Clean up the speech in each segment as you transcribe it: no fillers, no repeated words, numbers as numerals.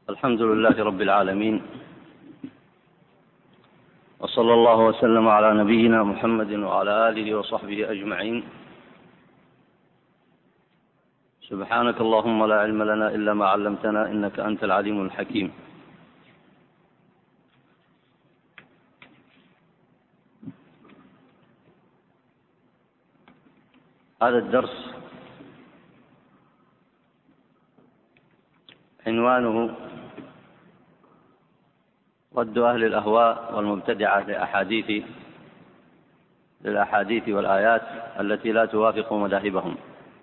الحمد لله رب العالمين، وصلى الله وسلم على نبينا محمد وعلى آله وصحبه أجمعين. سبحانك اللهم لا علم لنا إلا ما علمتنا إنك أنت العليم الحكيم. هذا الدرس عنوانه رد أهل الأهواء والمبتدعة للأحاديث والآيات التي لا توافق مذاهبهم،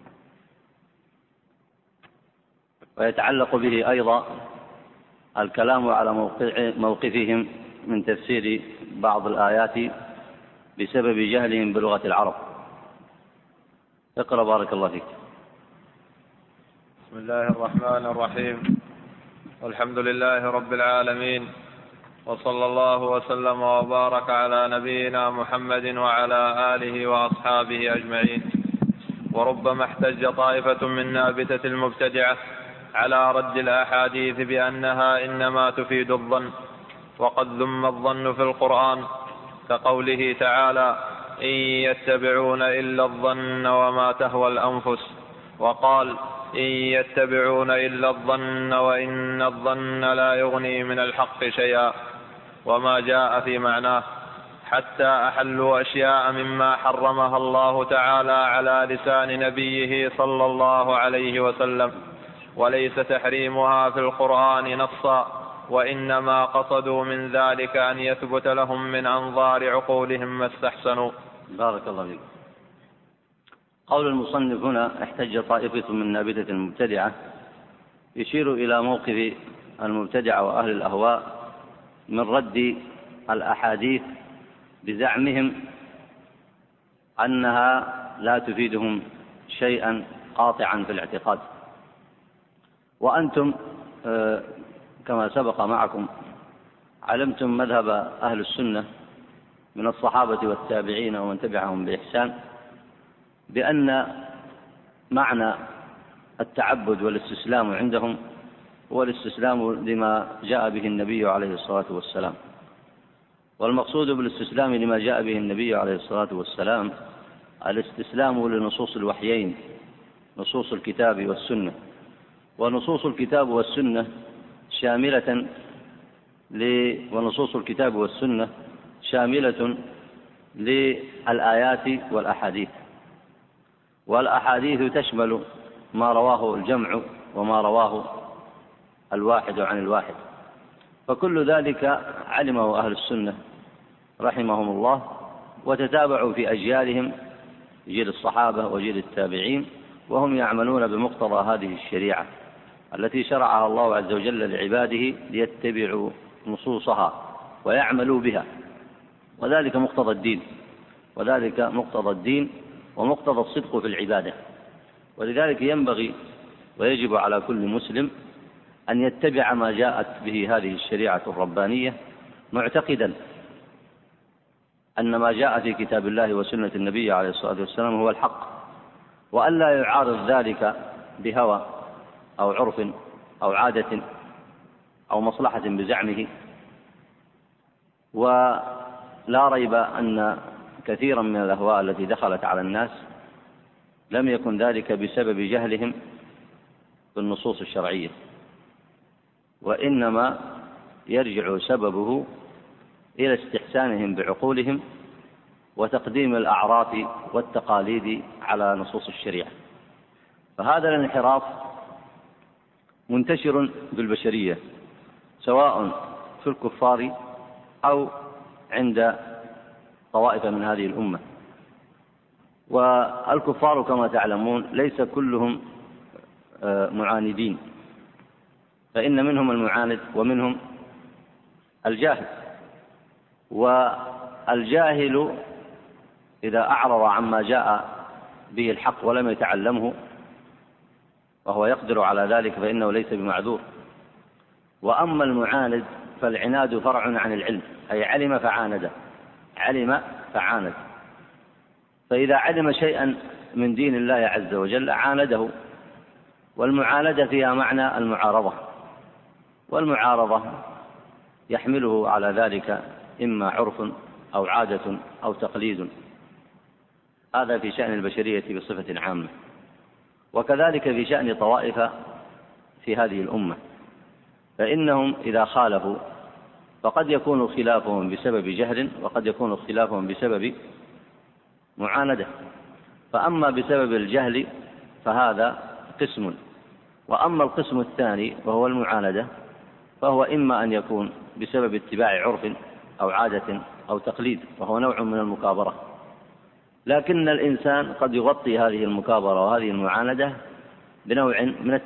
ويتعلق به أيضا الكلام على موقفهم من تفسير بعض الآيات بسبب جهلهم بلغة العرب. اقرأ بارك الله فيك. بسم الله الرحمن الرحيم، والحمد لله رب العالمين، وصلى الله وسلم وبارك على نبينا محمد وعلى آله وأصحابه أجمعين. وربما احتج طائفة من نابتة المبتدعة على رد الأحاديث بأنها إنما تفيد الظن، وقد ذم الظن في القرآن، كقوله تعالى: إن يتبعون إلا الظن وما تهوى الأنفس، وقال: إن يتبعون إلا الظن وإن الظن لا يغني من الحق شيئا، وما جاء في معناه، حتى أحلوا أشياء مما حرمها الله تعالى على لسان نبيه صلى الله عليه وسلم، وليس تحريمها في القرآن نصا، وإنما قصدوا من ذلك أن يثبت لهم من أنظار عقولهم ما استحسنوا. بارك الله فيك. قول المصنف هنا: احتج طائفة من نابتة المبتدعة، يشير إلى موقف المبتدعة وأهل الأهواء من رد الأحاديث بزعمهم أنها لا تفيدهم شيئا قاطعا في الاعتقاد. وأنتم كما سبق معكم علمتم مذهب أهل السنة من الصحابة والتابعين ومن تبعهم بإحسان بأن معنى التعبد والاستسلام عندهم هو الاستسلام لما جاء به النبي عليه الصلاة والسلام. والمقصود بالاستسلام لما جاء به النبي عليه الصلاة والسلام الاستسلام لنصوص الوحيين، نصوص الكتاب والسنة. ونصوص الكتاب والسنة شاملة للآيات والأحاديث، والأحاديث تشمل ما رواه الجمع وما رواه الواحد عن الواحد، فكل ذلك علمه أهل السنة رحمهم الله، وتتابعوا في أجيالهم، جيل الصحابة وجيل التابعين، وهم يعملون بمقتضى هذه الشريعة التي شرعها الله عز وجل لعباده ليتبعوا نصوصها ويعملوا بها، وذلك مقتضى الدين ومقتضى الصدق في العبادة. ولذلك ينبغي ويجب على كل مسلم أن يتبع ما جاءت به هذه الشريعة الربانية، معتقدا أن ما جاء في كتاب الله وسنة النبي عليه الصلاة والسلام هو الحق، وأن لا يعارض ذلك بهوى أو عرف أو عادة أو مصلحة بزعمه. ولا ريب أن كثيرا من الأهواء التي دخلت على الناس لم يكن ذلك بسبب جهلهم بالنصوص الشرعية، وإنما يرجع سببه إلى استحسانهم بعقولهم وتقديم الأعراف والتقاليد على نصوص الشريعة. فهذا الانحراف منتشر بالبشرية، سواء في الكفار أو عند طوائف من هذه الأمة. والكفار كما تعلمون ليس كلهم معاندين، فإن منهم المعاند ومنهم الجاهل. والجاهل إذا أعرض عما جاء به الحق ولم يتعلمه وهو يقدر على ذلك فإنه ليس بمعذور. وأما المعاند فالعناد فرع عن العلم، أي علم فعاند. فإذا علم شيئا من دين الله عز وجل عانده، والمعاندة فيها معنى المعارضة. والمعارضة يحمله على ذلك إما عرف أو عادة أو تقليد، هذا في شأن البشرية بصفة عامة، وكذلك في شأن طوائف في هذه الأمة، فإنهم إذا خالفوا فقد يكون خلافهم بسبب جهل، وقد يكون خلافهم بسبب معاندة. فأما بسبب الجهل فهذا قسم، وأما القسم الثاني وهو المعاندة فهو إما أن يكون بسبب اتباع عرف أو عادة أو تقليد، وهو نوع من المكابرة، لكن الإنسان قد يغطي هذه المكابرة وهذه المعاندة بنوع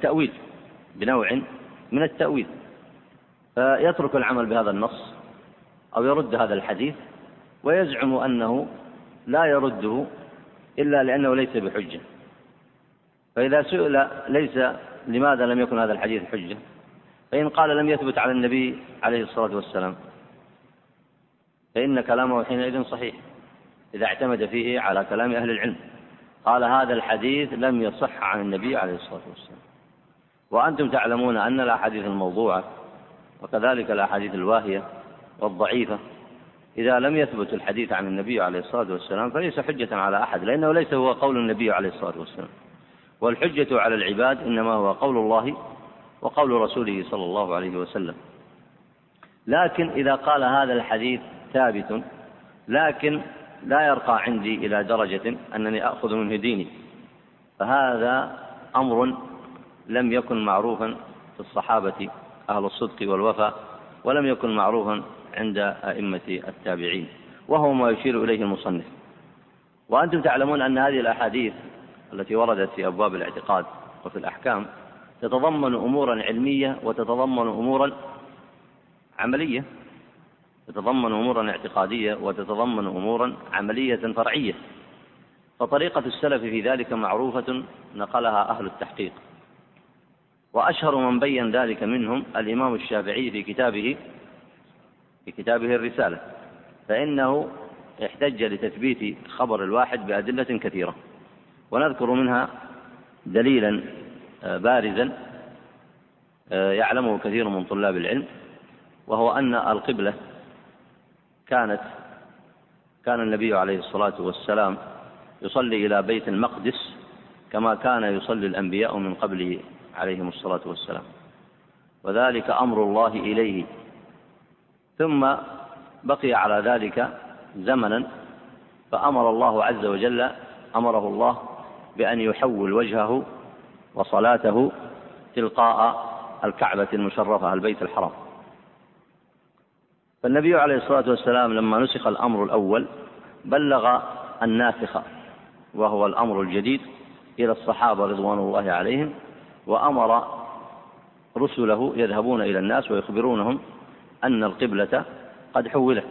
من التأويل، فيترك العمل بهذا النص أو يرد هذا الحديث ويزعم أنه لا يرده إلا لأنه ليس بحجة. فإذا سئل لماذا لم يكن هذا الحديث حجة، فإن قال لم يثبت على النبي عليه الصلاة والسلام فإن كلامه حينئذ صحيح إذا اعتمد فيه على كلام أهل العلم. قال هذا الحديث لم يصح عن النبي عليه الصلاة والسلام. وأنتم تعلمون أن الأحاديث الموضوعة وكذلك الأحاديث الواهية والضعيفة إذا لم يثبت الحديث عن النبي عليه الصلاة والسلام فليس حجة على أحد، لأنه ليس هو قول النبي عليه الصلاة والسلام، والحجة على العباد إنما هو قول الله وقول رسوله صلى الله عليه وسلم. لكن إذا قال هذا الحديث ثابت لكن لا يرقى عندي إلى درجة أنني أخذ منه ديني، فهذا أمر لم يكن معروفا في الصحابة أهل الصدق والوفاء، ولم يكن معروفا عند أئمة التابعين، وهو ما يشير إليه المصنف. وأنتم تعلمون أن هذه الأحاديث التي وردت في أبواب الاعتقاد وفي الأحكام تتضمن أمورا علمية وتتضمن أمورا عملية، تتضمن أمورا اعتقادية وتتضمن أمورا عملية فرعية. فطريقة السلف في ذلك معروفة نقلها أهل التحقيق، وأشهر من بين ذلك منهم الإمام الشافعي في كتابه الرسالة، فإنه احتج لتثبيت خبر الواحد بأدلة كثيرة، ونذكر منها دليلا بارزا يعلمه كثير من طلاب العلم، وهو أن القبلة كان النبي عليه الصلاة والسلام يصلي إلى بيت المقدس كما كان يصلي الأنبياء من قبله عليهم الصلاة والسلام، وذلك أمر الله إليه. ثم بقي على ذلك زمنا فأمره الله بأن يحول وجهه وصلاته تلقاء الكعبة المشرفة البيت الحرام. فالنبي عليه الصلاة والسلام لما نسخ الأمر الأول بلغ الناسخ وهو الأمر الجديد إلى الصحابة رضوان الله عليهم، وأمر رسله يذهبون إلى الناس ويخبرونهم أن القبلة قد حولت.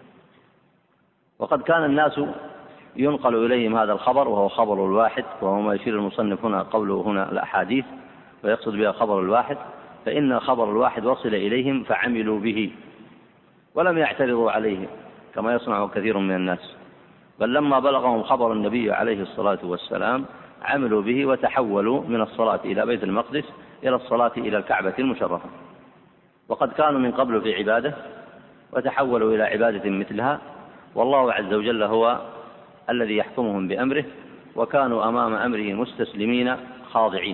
وقد كان الناس ينقل إليهم هذا الخبر وهو خبر الواحد، وهو ما يشير المصنف هنا قوله هنا الأحاديث ويقصد بها خبر الواحد، فإن خبر الواحد وصل إليهم فعملوا به ولم يعترضوا عليه كما يصنع كثير من الناس، بل لما بلغهم خبر النبي عليه الصلاة والسلام عملوا به وتحولوا من الصلاة إلى بيت المقدس إلى الصلاة إلى الكعبة المشرفة. وقد كانوا من قبل في عبادة وتحولوا إلى عبادة مثلها، والله عز وجل هو الذي يحكمهم بأمره، وكانوا أمام أمره مستسلمين خاضعين.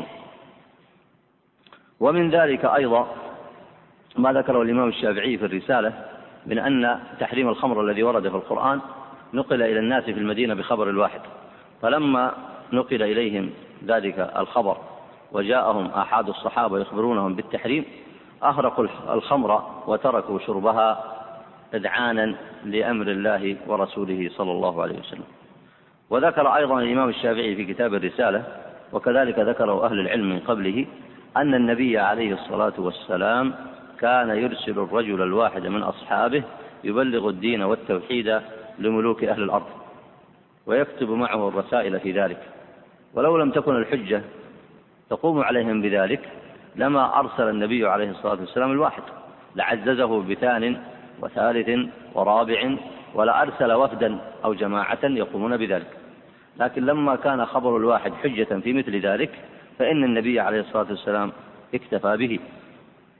ومن ذلك أيضا ما ذكره الإمام الشافعي في الرسالة من أن تحريم الخمر الذي ورد في القرآن نقل إلى الناس في المدينة بخبر الواحد، فلما نقل إليهم ذلك الخبر وجاءهم أحد الصحابة يخبرونهم بالتحريم أخرقوا الخمر وتركوا شربها إذعانا لأمر الله ورسوله صلى الله عليه وسلم. وذكر أيضا الإمام الشافعي في كتاب الرسالة، وكذلك ذكره أهل العلم من قبله، أن النبي عليه الصلاة والسلام كان يرسل الرجل الواحد من أصحابه يبلغ الدين والتوحيد لملوك أهل الأرض ويكتب معه الرسائل في ذلك، ولو لم تكن الحجة تقوم عليهم بذلك لما أرسل النبي عليه الصلاة والسلام الواحد، لعززه بثان وثالث ورابع، ولا أرسل وفدا أو جماعة يقومون بذلك. لكن لما كان خبر الواحد حجة في مثل ذلك فإن النبي عليه الصلاة والسلام اكتفى به.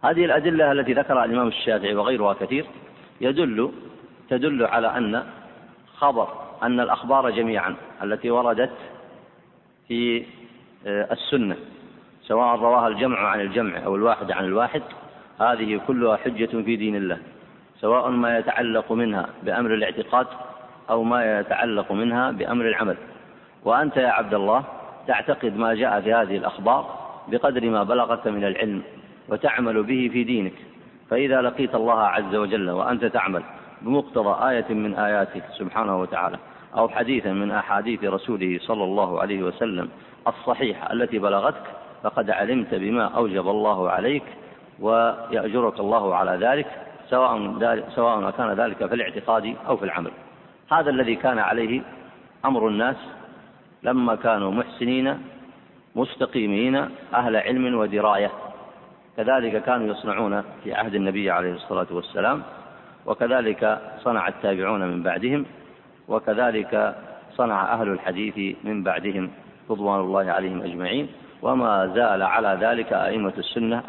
هذه الأدلة التي ذكرها الإمام الشافعي وغيرها كثير تدل على أن الأخبار جميعا التي وردت في السنة سواء رواها الجمع عن الجمع أو الواحد عن الواحد، هذه كلها حجة في دين الله، سواء ما يتعلق منها بأمر الاعتقاد أو ما يتعلق منها بأمر العمل. وأنت يا عبد الله تعتقد ما جاء في هذه الأخبار بقدر ما بلغت من العلم وتعمل به في دينك، فإذا لقيت الله عز وجل وأنت تعمل بمقتضى آية من آياته سبحانه وتعالى أو حديثا من أحاديث رسوله صلى الله عليه وسلم الصحيحة التي بلغتك، فقد علمت بما أوجب الله عليك ويأجرك الله على ذلك، سواء كان ذلك في الاعتقاد أو في العمل. هذا الذي كان عليه أمر الناس لما كانوا محسنين مستقيمين أهل علم ودراية، كذلك كانوا يصنعون في عهد النبي عليه الصلاة والسلام، وكذلك صنع التابعون من بعدهم، وكذلك صنع أهل الحديث من بعدهم رضوان الله عليهم أجمعين، وما زال على ذلك أئمة السنة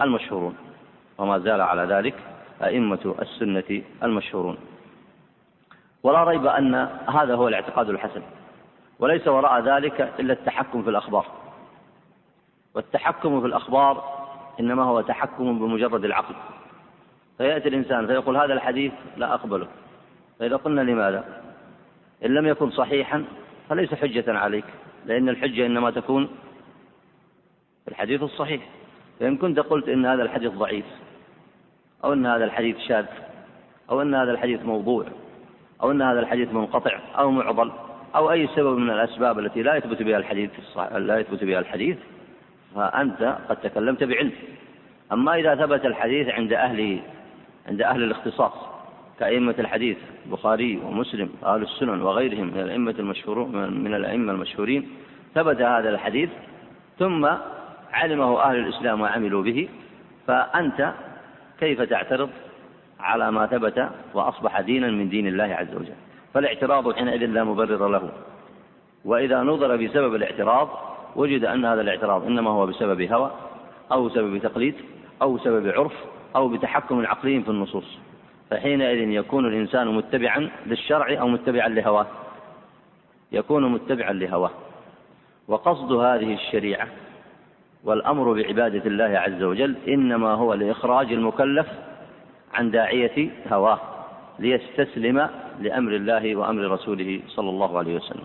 المشهورون. ولا ريب أن هذا هو الاعتقاد الحسن، وليس وراء ذلك إلا التحكم في الأخبار، والتحكم في الأخبار إنما هو تحكم بمجرد العقل، فيأتي الإنسان فيقول هذا الحديث لا أقبله، فإذا قلنا لماذا؟ إن لم يكن صحيحا فليس حجة عليك، لأن الحجة إنما تكون في الحديث الصحيح. فإن كنت قلت إن هذا الحديث ضعيف، أو إن هذا الحديث شاذ، أو إن هذا الحديث موضوع، أو إن هذا الحديث منقطع أو معضل، أو أي سبب من الأسباب التي لا يثبت بها الحديث، فأنت قد تكلمت بعلم. أما إذا ثبت الحديث عند أهل الاختصاص كأئمة الحديث البخاري ومسلم وأهل السنن وغيرهم من الأئمة المشهورين، ثبت هذا الحديث ثم علمه أهل الإسلام وعملوا به، فأنت كيف تعترض على ما ثبت وأصبح دينا من دين الله عز وجل؟ فالاعتراض حينئذ لا مبرر له. وإذا نظر بسبب الاعتراض وجد أن هذا الاعتراض إنما هو بسبب هوى أو سبب تقليد أو سبب عرف أو بتحكم عقلي في النصوص، فحينئذ يكون الإنسان متبعا للشرع أو متبعا لهواه، يكون متبعا لهواه. وقصد هذه الشريعة والأمر بعبادة الله عز وجل إنما هو لإخراج المكلف عن داعية هواه ليستسلم لأمر الله وأمر رسوله صلى الله عليه وسلم.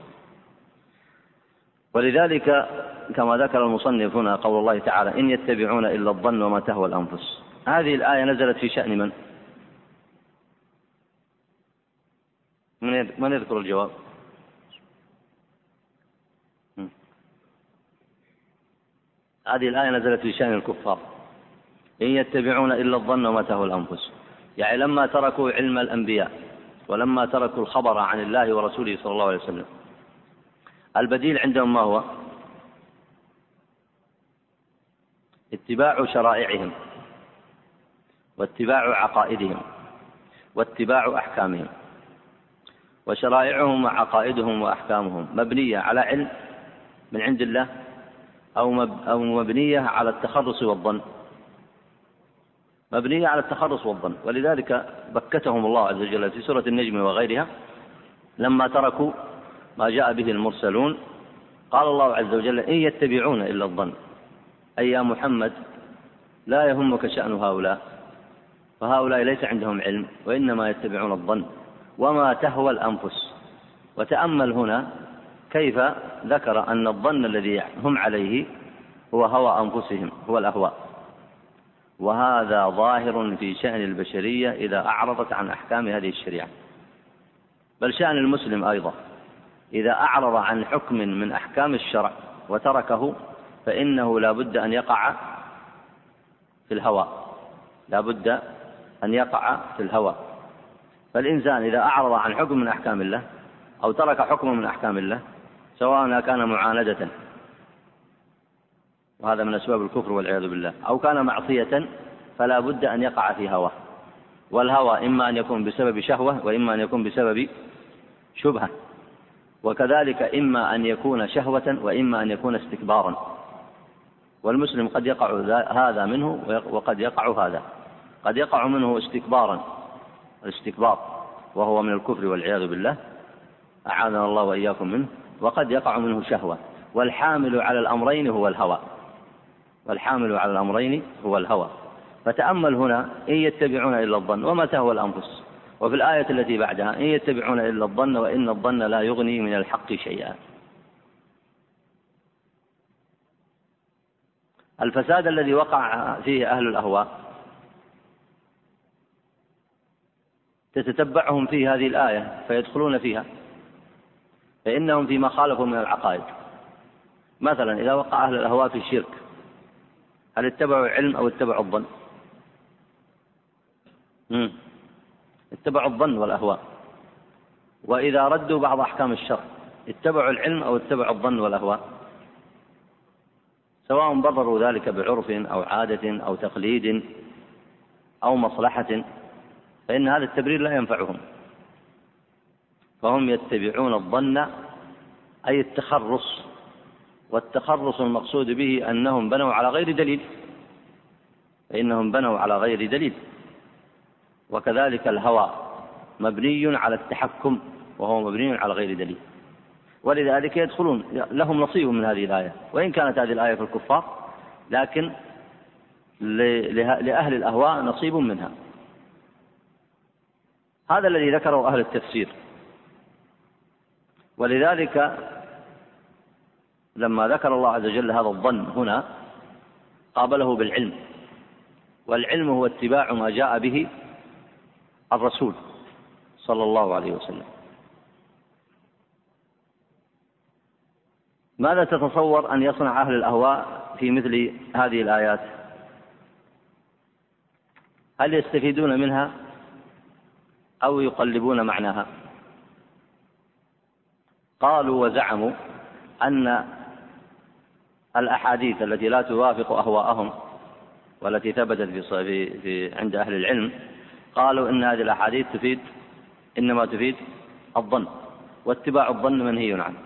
ولذلك كما ذكر المصنف هنا قول الله تعالى إن يتبعون إلا الظن وما تهوى الأنفس، هذه الآية نزلت في شأن من يذكر الجواب؟ هذه الآية نزلت في شأن الكفار، إن يتبعون إلا الظن وما تهوى الأنفس، يعني لما تركوا علم الأنبياء ولما تركوا الخبر عن الله ورسوله صلى الله عليه وسلم، البديل عندهم ما هو؟ اتباع شرائعهم واتباع عقائدهم واتباع أحكامهم. وشرائعهم وعقائدهم وأحكامهم مبنية على علم من عند الله أو مبنية على التخرص والظن، مبنية على التخرص والظن. ولذلك بكتهم الله عز وجل في سورة النجم وغيرها لما تركوا ما جاء به المرسلون، قال الله عز وجل إن يتبعون إلا الظن، أي يا محمد لا يهمك شأن هؤلاء، فهؤلاء ليس عندهم علم وإنما يتبعون الظن وما تهوى الأنفس. وتأمل هنا كيف ذكر أن الظن الذي هم عليه هو هوى أنفسهم، هو الأهواء، وهذا ظاهر في شأن البشرية إذا أعرضت عن أحكام هذه الشريعة، بل شأن المسلم أيضا إذا أعرض عن حكم من أحكام الشرع وتركه فإنه لا بد أن يقع في الهوى، لا بد أن يقع في الهوى. فالإنسان إذا أعرض عن حكم من أحكام الله أو ترك حكم من أحكام الله سواء كان معاندة، وهذا من أسباب الكفر والعياذ بالله، أو كان معصية، فلا بد أن يقع في هوى. والهوى إما أن يكون بسبب شهوة وإما أن يكون بسبب شبهة، وكذلك إما أن يكون شهوة وإما أن يكون استكبارا. والمسلم قد يقع هذا منه وقد يقع هذا، قد يقع منه الاستكبار وهو من الكفر والعياذ بالله، أعاذنا الله وإياكم منه، وقد يقع منه شهوة. والحامل على الأمرين هو الهوى. فتأمل هنا: إن يتبعون إلا الظن وما تهوى الأنفس. وفي الآية التي بعدها: إن يتبعون إلا الظن وإن الظن لا يغني من الحق شيئا. الفساد الذي وقع فيه أهل الأهواء تتتبعهم في هذه الآية فيدخلون فيها، فإنهم فيما خالفوا من العقائد. مثلا إذا وقع أهل الأهواء في الشرك، هل اتبعوا العلم أو اتبعوا الظن؟ اتبعوا الظن والأهواء. وإذا ردوا بعض أحكام الشرع، اتبعوا العلم أو اتبعوا الظن والأهواء، سواء برروا ذلك بعرف أو عادة أو تقليد أو مصلحة، فإن هذا التبرير لا ينفعهم. فهم يتبعون الظن أي التخرص، والتخرص المقصود به أنهم بنوا على غير دليل، فإنهم بنوا على غير دليل. وكذلك الهوى مبني على التحكم، وهو مبني على غير دليل. ولذلك يدخلون، لهم نصيب من هذه الآية، وإن كانت هذه الآية في الكفار، لكن لأهل الأهواء نصيب منها. هذا الذي ذكره أهل التفسير. ولذلك لما ذكر الله عز وجل هذا الظن هنا قابله بالعلم، والعلم هو اتباع ما جاء به الرسول صلى الله عليه وسلم. ماذا تتصور أن يصنع أهل الأهواء في مثل هذه الآيات؟ هل يستفيدون منها أو يقلبون معناها؟ قالوا وزعموا أن الأحاديث التي لا توافق أهواءهم والتي ثبتت عند أهل العلم، قالوا إن هذه الأحاديث إنما تفيد الظن، واتباع الظن منهي عنه.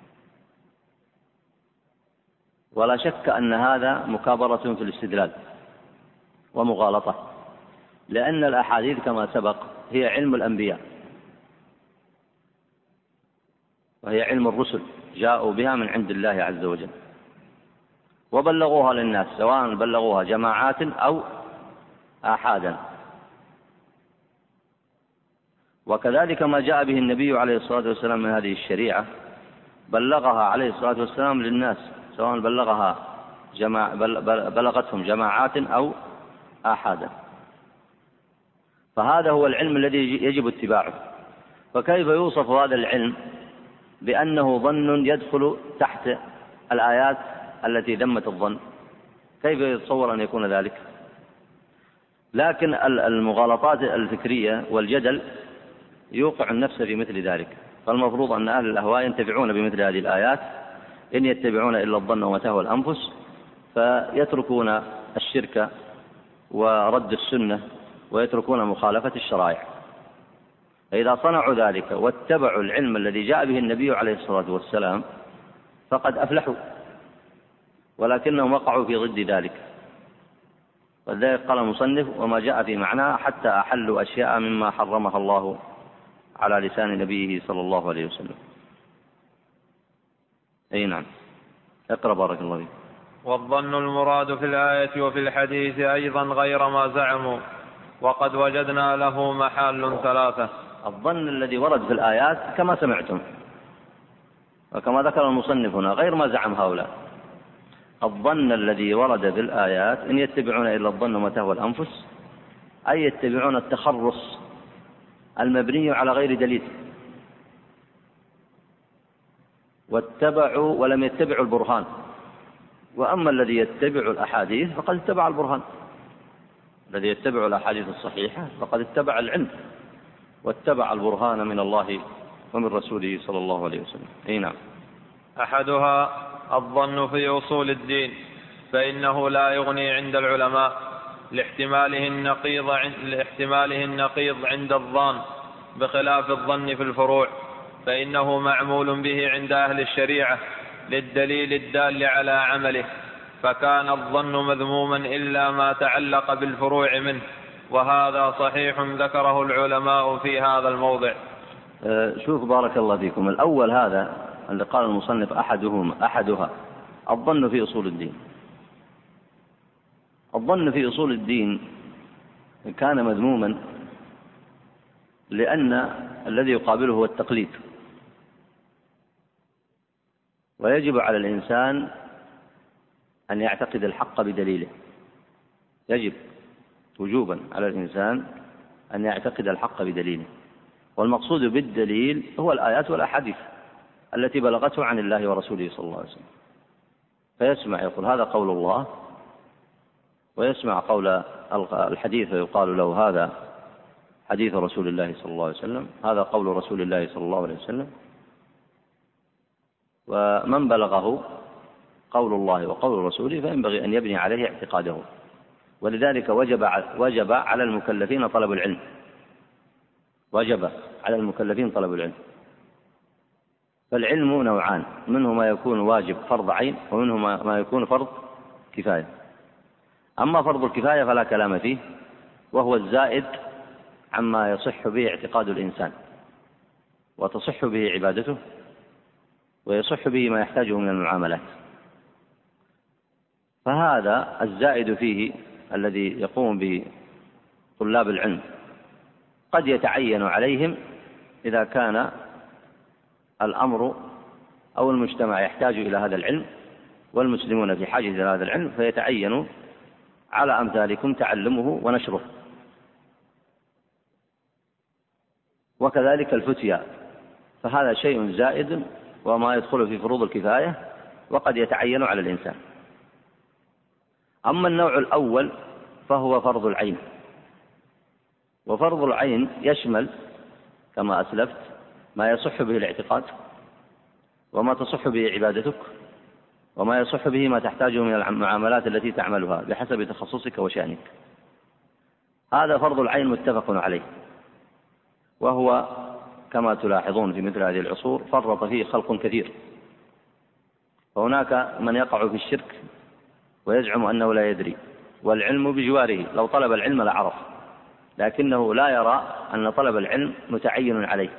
ولا شك أن هذا مكابرة في الاستدلال ومغالطة، لأن الأحاديث كما سبق هي علم الأنبياء، وهي علم الرسل جاءوا بها من عند الله عز وجل وبلغوها للناس، سواء بلغوها جماعات أو آحادا. وكذلك ما جاء به النبي عليه الصلاة والسلام من هذه الشريعة بلغها عليه الصلاة والسلام للناس، سواء بلغتهم جماعات أو آحادا. فهذا هو العلم الذي يجب اتباعه. فكيف يوصف هذا العلم بأنه ظن يدخل تحت الآيات التي ذمت الظن؟ كيف يتصور أن يكون ذلك؟ لكن المغالطات الفكرية والجدل يوقع النفس في مثل ذلك. فالمفروض أن أهل الأهواء ينتفعون بمثل هذه الآيات: إن يتبعون إلا الظن وما تهوى الأنفس، فيتركون الشرك ورد السنة ويتركون مخالفة الشرائع. فإذا صنعوا ذلك واتبعوا العلم الذي جاء به النبي عليه الصلاة والسلام فقد أفلحوا، ولكنهم وقعوا في ضد ذلك. ولذلك قال المصنف: وما جاء في معناه حتى أحلوا أشياء مما حرمها الله على لسان نبيه صلى الله عليه وسلم. أي نعم. اقرأ بارك الله فيك. والظن المراد في الآية وفي الحديث أيضا غير ما زعموا، وقد وجدنا له محال ثلاثة. الظن الذي ورد في الآيات كما سمعتم وكما ذكر المصنف هنا غير ما زعم هؤلاء. الظن الذي ورد في الآيات: إن يتبعون إلا الظن وما تهوى الأنفس، أي يتبعون التخرص المبني على غير دليل، واتبعوا ولم يتبعوا البرهان. وأما الذي يتبع الأحاديث فقد اتبع البرهان، الذي يتبع الأحاديث الصحيحة فقد اتبع العلم واتبع البرهان من الله ومن رسوله صلى الله عليه وسلم. أي نعم. أحدها الظن في أصول الدين، فإنه لا يغني عند العلماء لاحتماله النقيض عند الظان، بخلاف الظن في الفروع، فإنه معمول به عند أهل الشريعة للدليل الدال على عمله، فكان الظن مذموما إلا ما تعلق بالفروع منه، وهذا صحيح ذكره العلماء في هذا الموضع. شوف بارك الله فيكم، الأول هذا اللي قال المصنف أحدها الظن في أصول الدين. الظن في أصول الدين كان مذموما لأن الذي يقابله هو التقليد، ويجب على الإنسان أن يعتقد الحق بدليله. يجب وجوبا على الإنسان أن يعتقد الحق بدليله، والمقصود بالدليل هو الآيات والأحاديث التي بلغته عن الله ورسوله صلى الله عليه وسلم. فيسمع يقول هذا قول الله، ويسمع قول الحديث ويقال له هذا حديث رسول الله صلى الله عليه وسلم، هذا قول رسول الله صلى الله عليه وسلم. ومن بلغه قول الله وقول رسوله فينبغي أن يبني عليه اعتقاده، ولذلك وجب على المكلفين طلب العلم. وجب على المكلفين طلب العلم. فالعلم نوعان، منه ما يكون واجب فرض عين، ومنه ما يكون فرض كفاية. أما فرض الكفاية فلا كلام فيه، وهو الزائد عما يصح به اعتقاد الإنسان وتصح به عبادته ويصح به ما يحتاجه من المعاملات. فهذا الزائد فيه الذي يقوم به طلاب العلم قد يتعين عليهم إذا كان الأمر أو المجتمع يحتاج إلى هذا العلم والمسلمون في حاجة إلى هذا العلم، فيتعين على أمثالكم تعلمه ونشره. وكذلك الفتيا، فهذا شيء زائد وما يدخل في فروض الكفاية وقد يتعين على الإنسان. أما النوع الأول فهو فرض العين، وفرض العين يشمل كما أسلفت ما يصح به الاعتقاد، وما تصح به عبادتك، وما يصح به ما تحتاجه من المعاملات التي تعملها بحسب تخصصك وشأنك. هذا فرض العين متفق عليه، وهو كما تلاحظون في مثل هذه العصور فرط فيه خلق كثير. فهناك من يقع في الشرك ويزعم أنه لا يدري، والعلم بجواره، لو طلب العلم لعرف، لكنه لا يرى أن طلب العلم متعين عليه،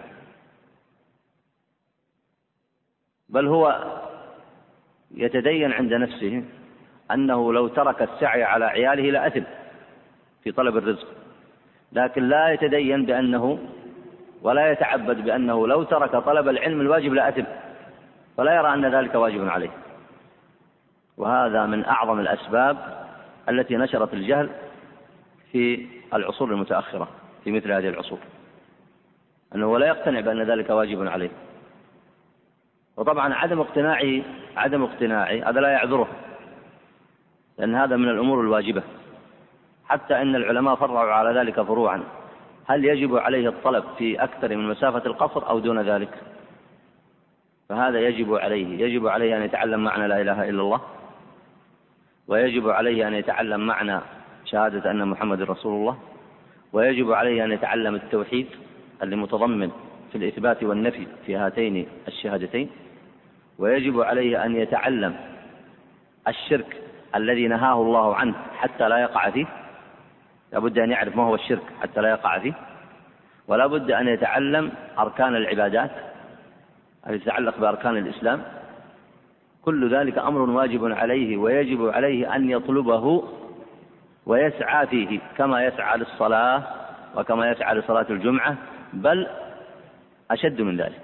بل هو يتدين عند نفسه أنه لو ترك السعي على عياله لأثم في طلب الرزق، لكن لا يتدين بأنه ولا يتعبد بأنه لو ترك طلب العلم الواجب لأثم، فلا يرى أن ذلك واجب عليه. وهذا من أعظم الأسباب التي نشرت الجهل في العصور المتأخرة في مثل هذه العصور، أنه لا يقتنع بأن ذلك واجب عليه. وطبعا عدم اقتناعه هذا لا يعذره، لأن هذا من الأمور الواجبة، حتى أن العلماء فرعوا على ذلك فروعا: هل يجب عليه الطلب في أكثر من مسافة القصر أو دون ذلك؟ فهذا يجب عليه أن يتعلم معنى لا إله إلا الله، ويجب عليه أن يتعلم معنى شهادة أن محمد رسول الله، ويجب عليه أن يتعلم التوحيد المتضمن في الإثبات والنفي في هاتين الشهادتين، ويجب عليه أن يتعلم الشرك الذي نهاه الله عنه حتى لا يقع فيه، لا بد أن يعرف ما هو الشرك حتى لا يقع فيه، ولا بد أن يتعلم أركان العبادات التي تتعلق بأركان الإسلام. كل ذلك أمر واجب عليه، ويجب عليه أن يطلبه ويسعى فيه كما يسعى للصلاة وكما يسعى لصلاة الجمعة، بل أشد من ذلك.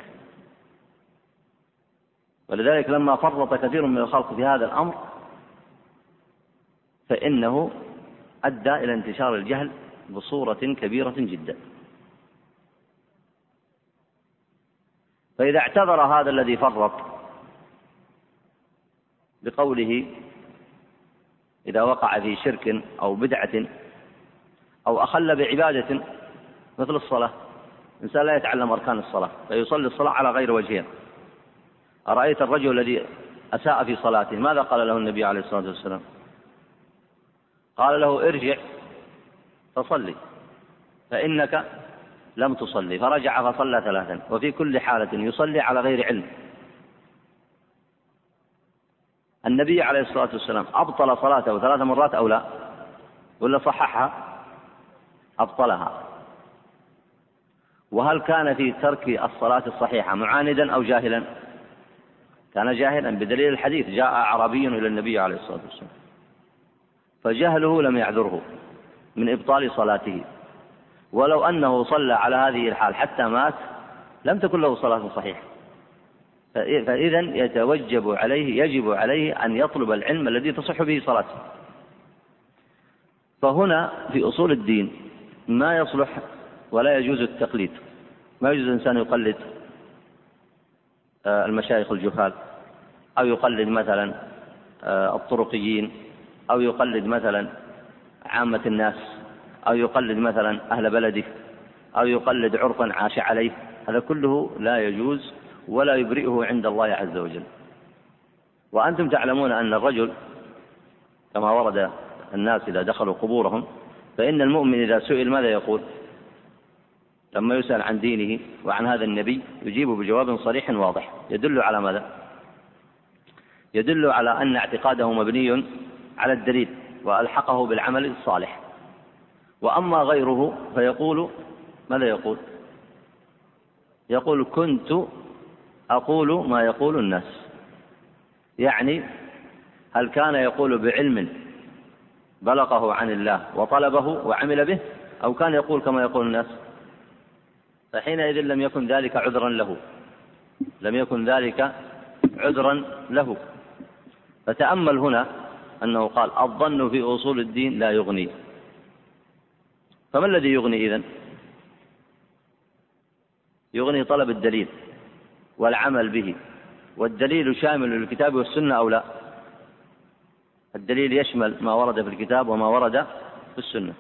ولذلك لما فرط كثير من الخلق في هذا الأمر فإنه أدى إلى انتشار الجهل بصورة كبيرة جدا. فإذا اعتذر هذا الذي فرط بقوله إذا وقع في شرك أو بدعة أو أخل بعبادة مثل الصلاة، إنسان لا يتعلم أركان الصلاة فيصلي الصلاة على غير وجهها. أرأيت الرجل الذي أساء في صلاته ماذا قال له النبي عليه الصلاة والسلام؟ قال له: ارجع فصلي فإنك لم تصلي، فرجع فصلى 3، وفي كل حالة يصلي على غير علم. النبي عليه الصلاة والسلام أبطل صلاته 3 مرات أو لا؟ ولا صححها؟ أبطلها. وهل كان في ترك الصلاة الصحيحة معاندا أو جاهلا؟ كان جاهلا بدليل الحديث: جاء أعرابي إلى النبي عليه الصلاة والسلام، فجهله لم يعذره من إبطال صلاته، ولو أنه صلى على هذه الحال حتى مات لم تكن له صلاة صحيحة. فإذا يجب عليه أن يطلب العلم الذي تصح به صلاته. فهنا في أصول الدين ما يصلح ولا يجوز التقليد. ما يجوز الإنسان يقلد المشايخ الجهال، أو يقلد مثلا الطرقيين، أو يقلد مثلا عامة الناس، أو يقلد مثلا أهل بلده، أو يقلد عرفا عاش عليه. هذا كله لا يجوز ولا يبرئه عند الله عز وجل. وأنتم تعلمون أن الرجل كما ورد الناس إذا دخلوا قبورهم، فإن المؤمن إذا سئل ماذا يقول؟ لما يسأل عن دينه وعن هذا النبي يجيب بجواب صريح واضح يدل على ماذا؟ يدل على أن اعتقاده مبني على الدليل وألحقه بالعمل الصالح. وأما غيره فيقول ماذا يقول؟ يقول: كنت أقول ما يقول الناس. يعني هل كان يقول بعلم بلغه عن الله وطلبه وعمل به، أو كان يقول كما يقول الناس؟ فحينئذ لم يكن ذلك عذرا له. فتأمل هنا أنه قال: الظن في أصول الدين لا يغني. فما الذي يغني إذن؟ يغني طلب الدليل والعمل به. والدليل شامل للكتاب والسنة أو لا؟ الدليل يشمل ما ورد في الكتاب وما ورد في السنة.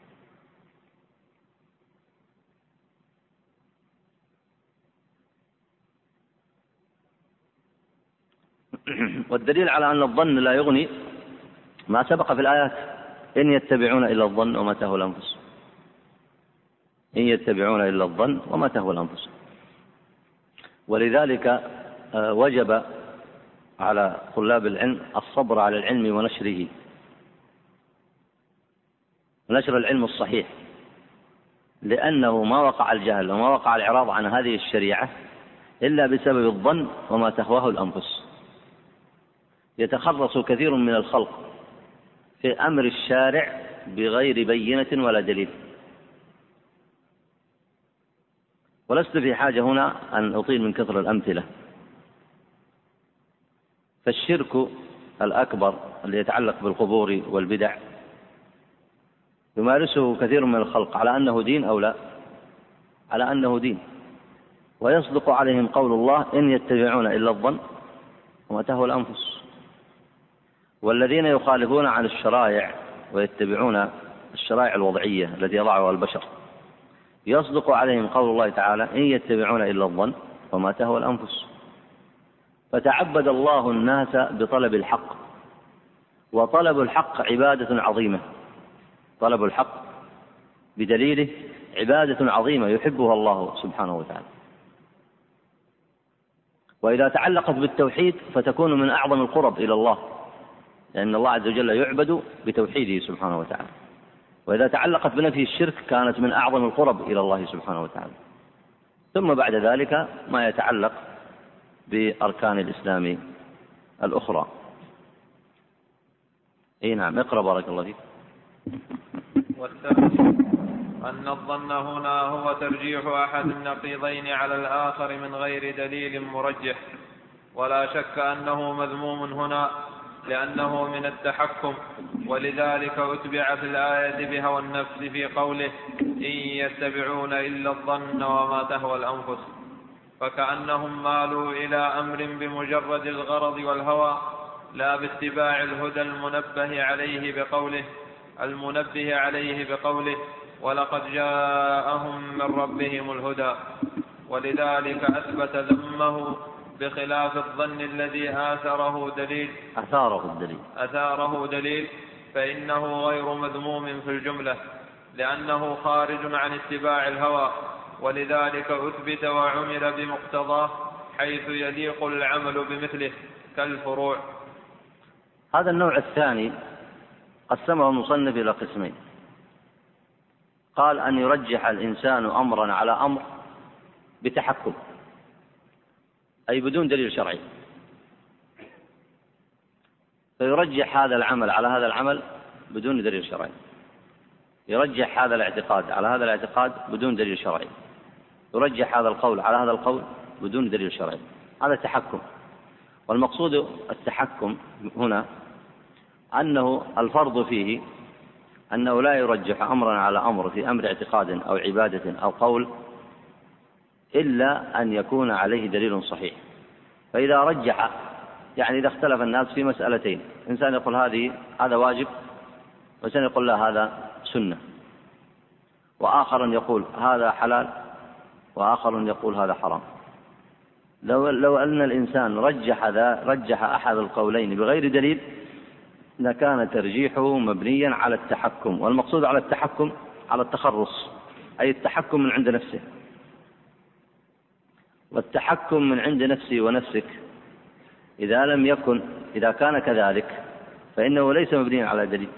والدليل على أن الظن لا يغني ما سبق في الآيات: إن يتبعون إلا الظن وما تهوى الأنفس. إن يتبعون إلا الظن وما تهوى الأنفس. ولذلك وجب على طلاب العلم الصبر على العلم ونشره، ونشر العلم الصحيح، لأنه ما وقع الجهل وما وقع الإعراض عن هذه الشريعة إلا بسبب الظن وما تهواه الأنفس. يتخرص كثير من الخلق في أمر الشارع بغير بينة ولا دليل. ولست في حاجة هنا أن أطيل من كثر الأمثلة. فالشرك الأكبر الذي يتعلق بالقبور والبدع يمارسه كثير من الخلق على أنه دين أو لا؟ على أنه دين. ويصدق عليهم قول الله: إن يتبعون إلا الظن وما تهوى الأنفس. والذين يخالفون عن الشرائع ويتبعون الشرائع الوضعية التي يضعها البشر يصدق عليهم قول الله تعالى: إن يتبعون إلا الظن وما تهوى الأنفس. فتعبد الله الناس بطلب الحق، وطلب الحق عبادة عظيمة. طلب الحق بدليله عبادة عظيمة يحبها الله سبحانه وتعالى. وإذا تعلقت بالتوحيد فتكون من أعظم القرب إلى الله، لأن الله عز وجل يعبد بتوحيده سبحانه وتعالى. وإذا تعلقت بنفي الشرك كانت من أعظم القرب إلى الله سبحانه وتعالى. ثم بعد ذلك ما يتعلق بأركان الإسلام الأخرى. نعم، اقرأ بارك الله فيك. والثالث أن الظن هنا هو ترجيح أحد النقيضين على الآخر من غير دليل مرجح، ولا شك أنه مذموم هنا لأنه من التحكم، ولذلك أتبع في الآية بهوى النفس في قوله: إن يتبعون إلا الظن وما تهوى الأنفس. فكأنهم مالوا إلى أمر بمجرد الغرض والهوى، لا باتباع الهدى المنبه عليه بقوله: ولقد جاءهم من ربهم الهدى. ولذلك أثبت ذمه بخلاف الظن الذي أثاره دليل، فإنه غير مذموم في الجملة، لأنه خارج عن اتباع الهوى. ولذلك أثبت وعمل بمقتضاه حيث يليق العمل بمثله كالفروع. هذا النوع الثاني قسمه المصنف إلى قسمين. قال أن يرجح الإنسان أمرا على أمر بتحكم، أي بدون دليل شرعي، فيرجح هذا العمل على هذا العمل بدون دليل شرعي، يرجح هذا الاعتقاد على هذا الاعتقاد بدون دليل شرعي، يرجح هذا القول على هذا القول بدون دليل شرعي. هذا تحكم. والمقصود التحكم هنا أنه الفرض فيه أنه لا يرجح أمرا على أمر في أمر اعتقاد أو عبادة أو قول إلا أن يكون عليه دليل صحيح. فإذا رجح، يعني إذا اختلف الناس في مسألتين، إنسان يقول هذا واجب، وإنسان يقول لا هذا سنة، وآخر يقول هذا حلال، وآخر يقول هذا حرام، لو أن الإنسان رجح أحد القولين بغير دليل لكان ترجيحه مبنيا على التحكم. والمقصود على التحكم على التخرص، أي التحكم من عند نفسه. والتحكم من عند نفسي ونفسك إذا كان كذلك فإنه ليس مبنيا على دليل،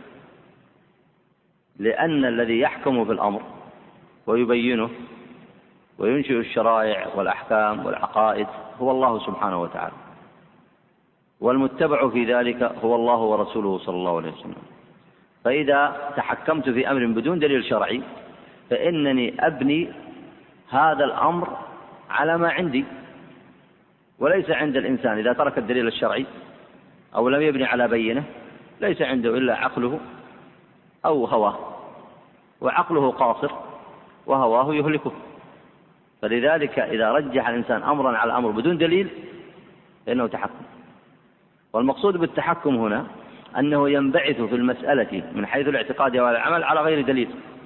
لأن الذي يحكم في الأمر ويبينه وينشئ الشرائع والأحكام والعقائد هو الله سبحانه وتعالى، والمتبع في ذلك هو الله ورسوله صلى الله عليه وسلم. فإذا تحكمت في أمر بدون دليل شرعي فإنني أبني هذا الأمر على ما عندي، وليس عند الإنسان إذا ترك الدليل الشرعي أو لم يبني على بينه ليس عنده إلا عقله أو هواه، وعقله قاصر وهواه يهلكه. فلذلك إذا رجح الإنسان أمرا على أمر بدون دليل فإنه تحكم. والمقصود بالتحكم هنا أنه ينبعث في المسألة من حيث الاعتقاد والعمل على غير دليل،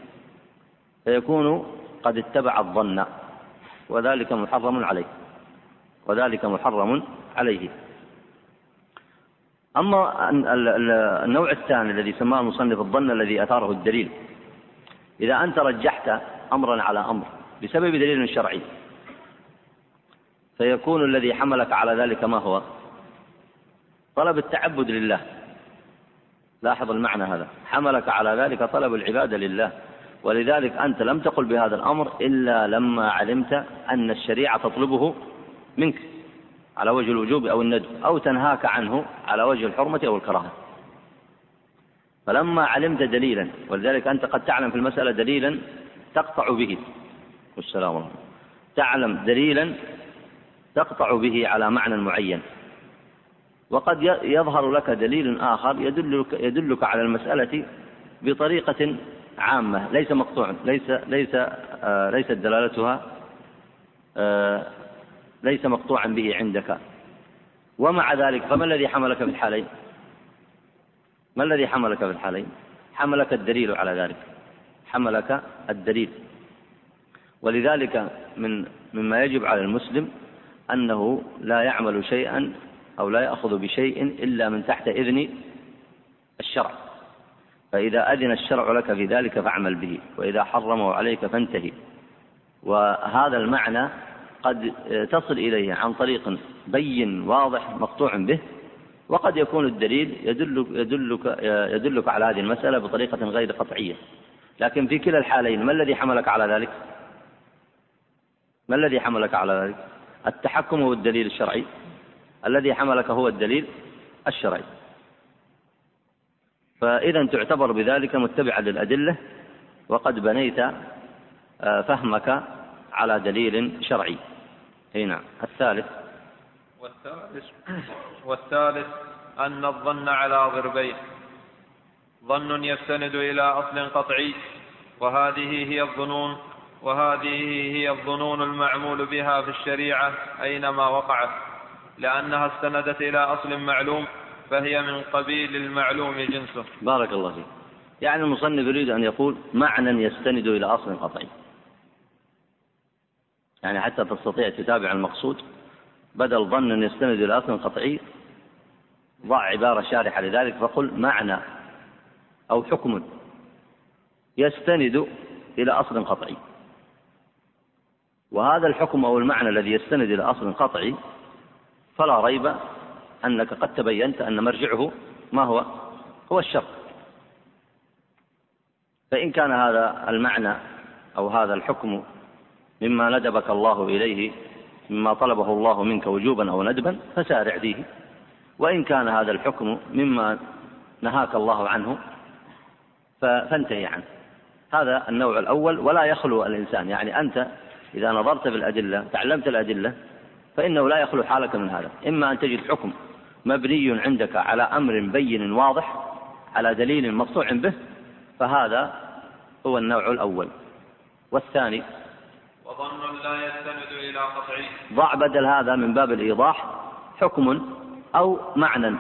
فيكون قد اتبع الظن، وذلك محرم عليه. أما النوع الثاني الذي سماه المصنف الظن الذي أثاره الدليل، إذا أنت رجحت أمرا على أمر بسبب دليل شرعي فيكون الذي حملك على ذلك ما هو؟ طلب التعبد لله. لاحظ المعنى هذا، حملك على ذلك طلب العبادة لله، ولذلك أنت لم تقل بهذا الأمر إلا لما علمت أن الشريعة تطلبه منك على وجه الوجوب أو الندب، أو تنهاك عنه على وجه الحرمة أو الكراهة. فلما علمت دليلا، ولذلك أنت قد تعلم في المسألة دليلا تقطع به، والسلام عليكم، تعلم دليلا تقطع به على معنى معين، وقد يظهر لك دليل آخر يدلك على المسألة بطريقة عامة ليس مقطوع، ليست دلالتها ليس مقطوعا به عندك. ومع ذلك فما الذي حملك في الحالين؟ حملك الدليل على ذلك، حملك الدليل. ولذلك مما يجب على المسلم أنه لا يعمل شيئا أو لا يأخذ بشيء إلا من تحت إذن الشرع، فإذا أذن الشرع لك في ذلك فاعمل به، وإذا حرمه عليك فانتهي. وهذا المعنى قد تصل إليه عن طريق بين واضح مقطوع به، وقد يكون الدليل يدلك على هذه المسألة بطريقة غير قطعية. لكن في كلا الحالين ما الذي حملك على ذلك؟ التحكم هو الدليل الشرعي، الذي حملك هو الدليل الشرعي. فإذا تعتبر بذلك متبعا للأدلة، وقد بنيت فهمك على دليل شرعي. نعم. والثالث أن الظن على ضربين: ظن يستند إلى أصل قطعي، وهذه هي الظنون المعمول بها في الشريعة أينما وقعت، لأنها استندت إلى أصل معلوم فهي من قبيل المعلوم جنسه. بارك الله فيك. يعني المصنف يريد أن يقول معنى يستند إلى أصل قطعي، يعني حتى تستطيع تتابع المقصود، بدل ظن يستند إلى أصل قطعي ضع عبارة شارحة لذلك فقل معنى أو حكم يستند إلى أصل قطعي. وهذا الحكم أو المعنى الذي يستند إلى أصل قطعي فلا ريب أنك قد تبينت أن مرجعه ما هو الشرع. فإن كان هذا المعنى أو هذا الحكم مما ندبك الله إليه، مما طلبه الله منك وجوبا أو ندبا، فسارع فيه. وإن كان هذا الحكم مما نهاك الله عنه فانتهي عنه. هذا النوع الأول. ولا يخلو الإنسان، يعني أنت إذا نظرت في الأدلة تعلمت الأدلة فإنه لا يخلو حالك من هذا. إما أن تجد حكم مبني عندك على أمر بين واضح على دليل مقطوع به، فهذا هو النوع الأول. والثاني وظن لا يستند إلى قطعي. ضع بدل هذا من باب الإيضاح حكم أو معنى،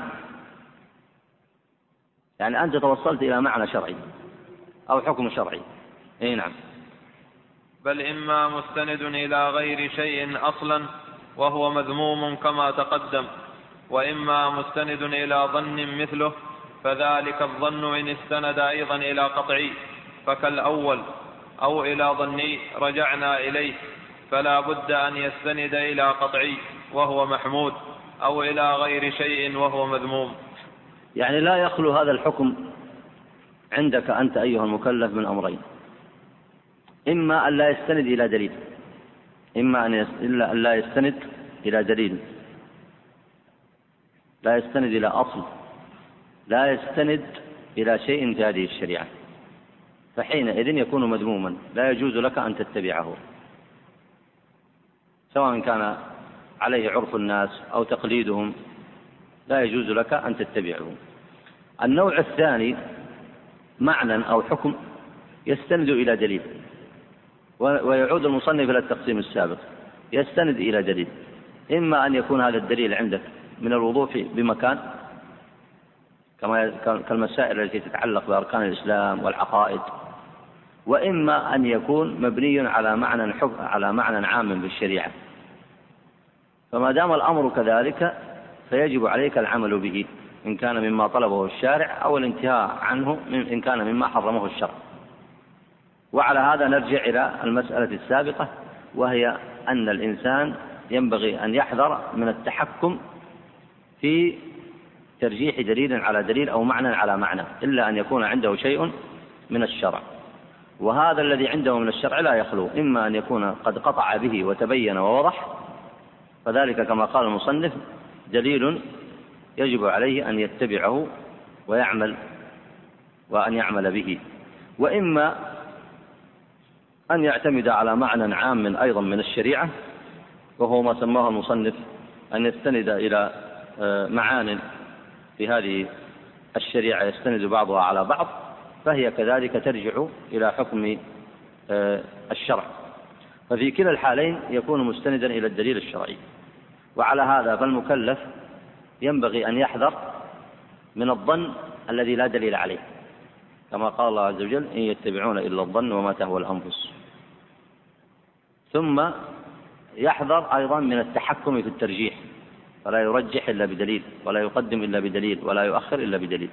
يعني أنت توصلت إلى معنى شرعي أو حكم شرعي. نعم. بل إما مستند إلى غير شيء أصلا وهو مذموم كما تقدم، وإما مستند إلى ظن مثله، فذلك الظن إن استند أيضا إلى قطعي فكالأول، أو إلى ظني رجعنا إليه، فلا بد أن يستند إلى قطعي وهو محمود، أو إلى غير شيء وهو مذموم. يعني لا يخلو هذا الحكم عندك أنت أيها المكلف من أمرين: إما أن لا يستند إلى دليل، إما أن لا يستند إلى دليل، لا يستند إلى أصل، لا يستند إلى شيء في هذه الشريعة، فحينئذ يكون مذموما، لا يجوز لك أن تتبعه، سواء كان عليه عرف الناس أو تقليدهم، لا يجوز لك أن تتبعه. النوع الثاني معنى أو حكم يستند إلى دليل، ويعود المصنف إلى التقسيم السابق، يستند إلى دليل، إما أن يكون هذا الدليل عندك من الوضوح بمكان كالمسائل التي تتعلق بأركان الإسلام والعقائد، وإما أن يكون مبني على معنى عام بالشريعة. فما دام الأمر كذلك فيجب عليك العمل به إن كان مما طلبه الشارع، أو الانتهاء عنه إن كان مما حرمه الشرع. وعلى هذا نرجع إلى المسألة السابقة، وهي أن الإنسان ينبغي أن يحذر من التحكم في ترجيح دليل على دليل أو معنى على معنى، إلا أن يكون عنده شيء من الشرع. وهذا الذي عنده من الشرع لا يخلو، إما أن يكون قد قطع به وتبين ووضح، فذلك كما قال المصنف دليل يجب عليه أن يتبعه وأن يعمل به، وإما أن يعتمد على معنى عام أيضا من الشريعة، وهو ما سماه المصنف أن يستند إلى معان في هذه الشريعة يستند بعضها على بعض، فهي كذلك ترجع إلى حكم الشرع. ففي كلا الحالين يكون مستندا إلى الدليل الشرعي. وعلى هذا فالمكلف ينبغي أن يحذر من الظن الذي لا دليل عليه، كما قال الله عز وجل: إن يتبعون إلا الظن وما تهوى الأنفس. ثم يحذر أيضا من التحكم في الترجيح، فلا يرجح إلا بدليل، ولا يقدم إلا بدليل، ولا يؤخر إلا بدليل.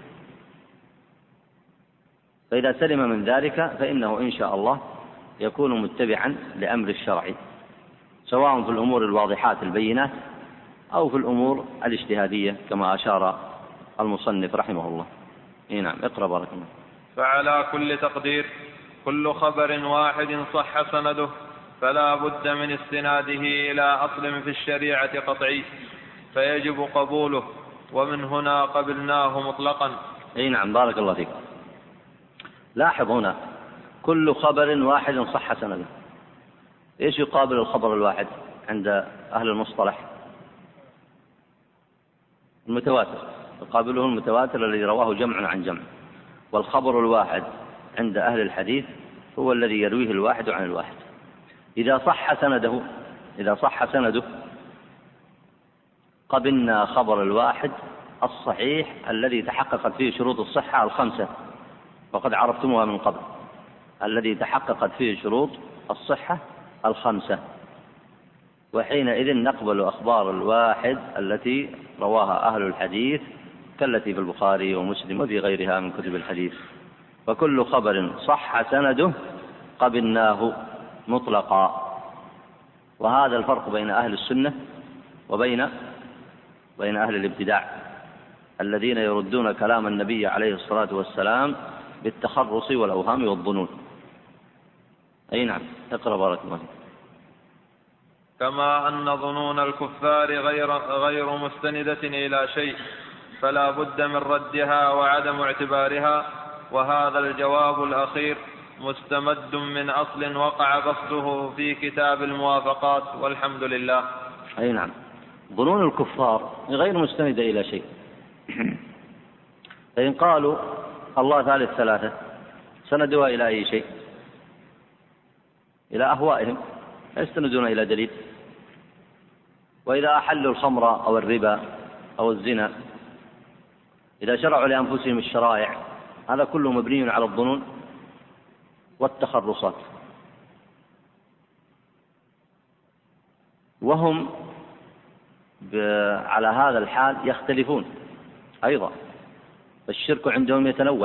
فإذا سلم من ذلك فإنه إن شاء الله يكون متبعا لأمر الشرع، سواء في الأمور الواضحات البينات أو في الأمور الاجتهادية كما أشار المصنف رحمه الله. نعم. اقرأ بارك الله. فعلى كل تقدير كل خبر واحد صح سنده فلا بد من استناده إلى أصل في الشريعة قطعي فيجب قبوله، ومن هنا قبلناه مطلقا. نعم. بارك الله فيك. لاحظ هنا كل خبر واحد صح سنده. إيش يقابل الخبر الواحد عند أهل المصطلح؟ المتواتر. يقابله المتواتر الذي رواه جمع عن جمع. والخبر الواحد عند أهل الحديث هو الذي يرويه الواحد عن الواحد. إذا صح سنده قبلنا خبر الواحد الصحيح الذي تحققت فيه شروط الصحة الخمسة، وقد عرفتموها من قبل، الذي تحققت فيه شروط الصحة الخمسة، وحينئذ نقبل أخبار الواحد التي رواها أهل الحديث كالتي في البخاري ومسلم وفي غيرها من كتب الحديث. فكل خبر صح سنده قبلناه مطلقا. وهذا الفرق بين أهل السنة وبين أهل الابتداع الذين يردون كلام النبي عليه الصلاة والسلام بالتخرص والأوهام والظنون. أي نعم، اقرأ بارك الله. كما أن ظنون الكفار غير مستندة إلى شيء، فلا بد من ردها وعدم اعتبارها. وهذا الجواب الأخير مستمد من أصل وقع بسطه في كتاب الموافقات، والحمد لله. أي نعم، ظنون الكفار غير مستندة إلى شيء. فإن قالوا الله ثالث ثلاثة سندوها إلى أي شيء؟ إلى أهوائهم، لا يستندون إلى دليل. وإذا أحلوا الخمر أو الربا أو الزنا، إذا شرعوا لأنفسهم الشرائع، هذا كله مبني على الظنون والتخرصات. وهم على هذا الحال يختلفون أيضا، فالشرك عندهم يتنوع،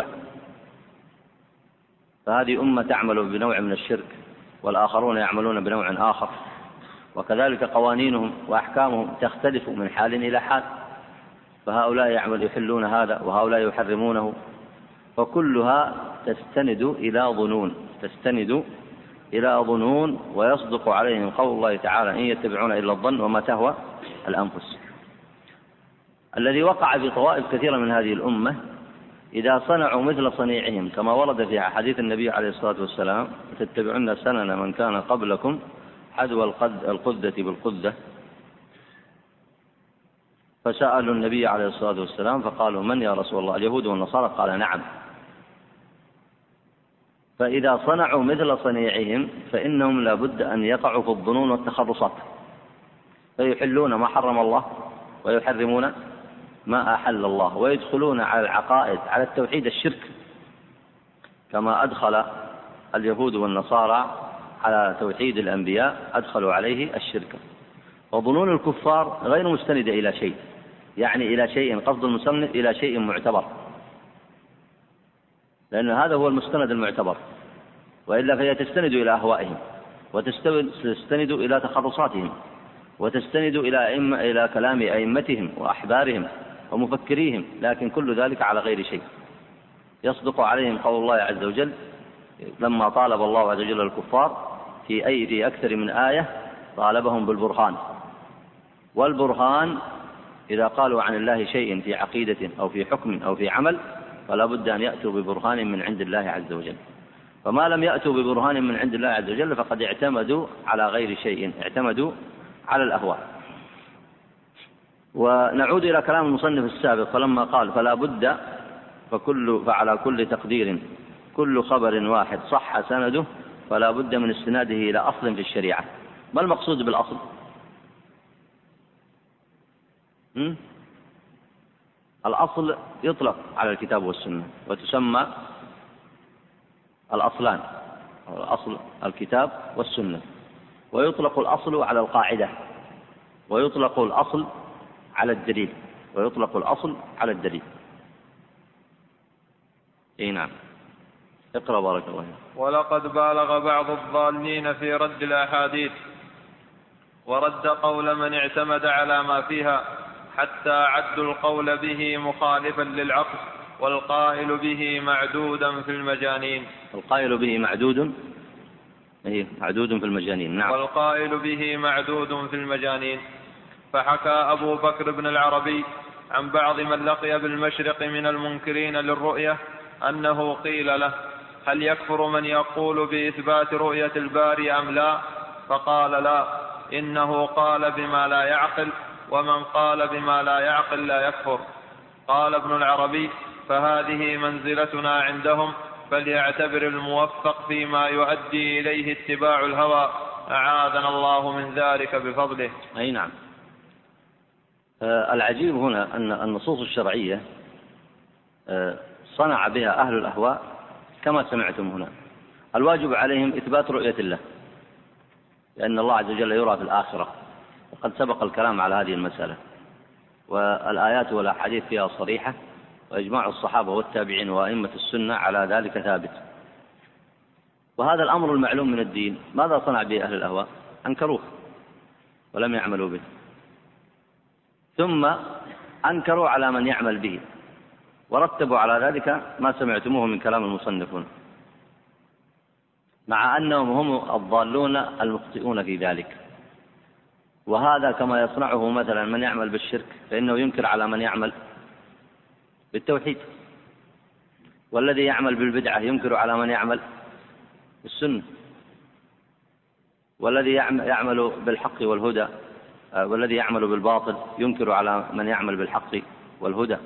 فهذه أمة تعمل بنوع من الشرك والآخرون يعملون بنوع آخر، وكذلك قوانينهم وأحكامهم تختلف من حال إلى حال، فهؤلاء يحلون هذا وهؤلاء يحرمونه، فكلها تستند إلى ظنون، ويصدق عليهم قول الله تعالى: إن يتبعون إلا الظن وما تهوى الأنفس. الذي وقع في طوائف كثيرة من هذه الأمة إذا صنعوا مثل صنيعهم، كما ورد في حديث النبي عليه الصلاة والسلام: تتبعون سنن من كان قبلكم حذو القذة بالقذة. فسألوا النبي عليه الصلاة والسلام فقالوا: من يا رسول الله؟ اليهود والنصارى. قال: نعم. فإذا صنعوا مثل صنيعهم فإنهم لا بد أن يقعوا في الظنون والتخرصات، فيحلون ما حرم الله ويحرمون ما أحل الله، ويدخلون على العقائد، على التوحيد الشرك، كما أدخل اليهود والنصارى على توحيد الأنبياء أدخلوا عليه الشرك. وظنون الكفار غير مستندة إلى شيء، يعني إلى شيء، قصد المصنف إلى شيء معتبر، لأن هذا هو المستند المعتبر، وإلا فهي تستند إلى أهوائهم، وتستند إلى تخرصاتهم، وتستند إلى كلام أئمتهم وأحبارهم ومفكريهم، لكن كل ذلك على غير شيء. يصدق عليهم قول الله عز وجل لما طالب الله عز وجل الكفار في أكثر من آية طالبهم بالبرهان، والبرهان إذا قالوا عن الله شيء في عقيدة أو في حكم أو في عمل فلا بد أن يأتوا ببرهان من عند الله عز وجل. فما لم يأتوا ببرهان من عند الله عز وجل فقد اعتمدوا على غير شيء، اعتمدوا على الأهواء. ونعود إلى كلام المصنف السابق، فلما قال: فلا بد فعلى كل تقدير كل خبر واحد صح سنده فلا بد من استناده إلى أصل في الشريعة. ما المقصود بالأصل؟ الأصل يطلق على الكتاب والسنة، وتسمى الأصلان، الأصل الكتاب والسنة، ويطلق الأصل على القاعدة، ويطلق الأصل على الدليل، إيه نعم، اقرأ بارك الله. ولقد بالغ بعض الضالين في رد الأحاديث ورد قول من اعتمد على ما فيها، حتى عدوا القول به مخالفا للعقل، والقائل به معدودا في المجانين. القائل به معدود في المجانين. نعم. والقائل به معدود في المجانين. فحكى أبو بكر بن العربي عن بعض من لقي بالمشرق من المنكرين للرؤية أنه قيل له: هل يكفر من يقول بإثبات رؤية الباري أم لا؟ فقال: لا، إنه قال بما لا يعقل، ومن قال بما لا يعقل لا يكفر. قال ابن العربي: فهذه منزلتنا عندهم، فليعتبر الموفق فيما يؤدي إليه اتباع الهوى، أعاذنا الله من ذلك بفضله. أي نعم. العجيب هنا أن النصوص الشرعية صنع بها أهل الأهواء كما سمعتم هنا. الواجب عليهم إثبات رؤية الله، لأن الله عز وجل يرى في الآخرة، وقد سبق الكلام على هذه المسألة، والآيات والأحاديث فيها صريحة، وإجماع الصحابة والتابعين وأئمة السنة على ذلك ثابت. وهذا الأمر المعلوم من الدين، ماذا صنع به أهل الأهواء؟ أنكروه ولم يعملوا به، ثم أنكروا على من يعمل به، ورتبوا على ذلك ما سمعتموه من كلام المصنفون، مع أنهم هم الضالون المخطئون في ذلك. وهذا كما يصنعه مثلا من يعمل بالشرك، فإنه ينكر على من يعمل بالتوحيد، والذي يعمل بالبدعة ينكر على من يعمل بالسنة، والذي يعمل بالحق والهدى والذي يعمل بالباطل ينكر على من يعمل بالحق والهدى.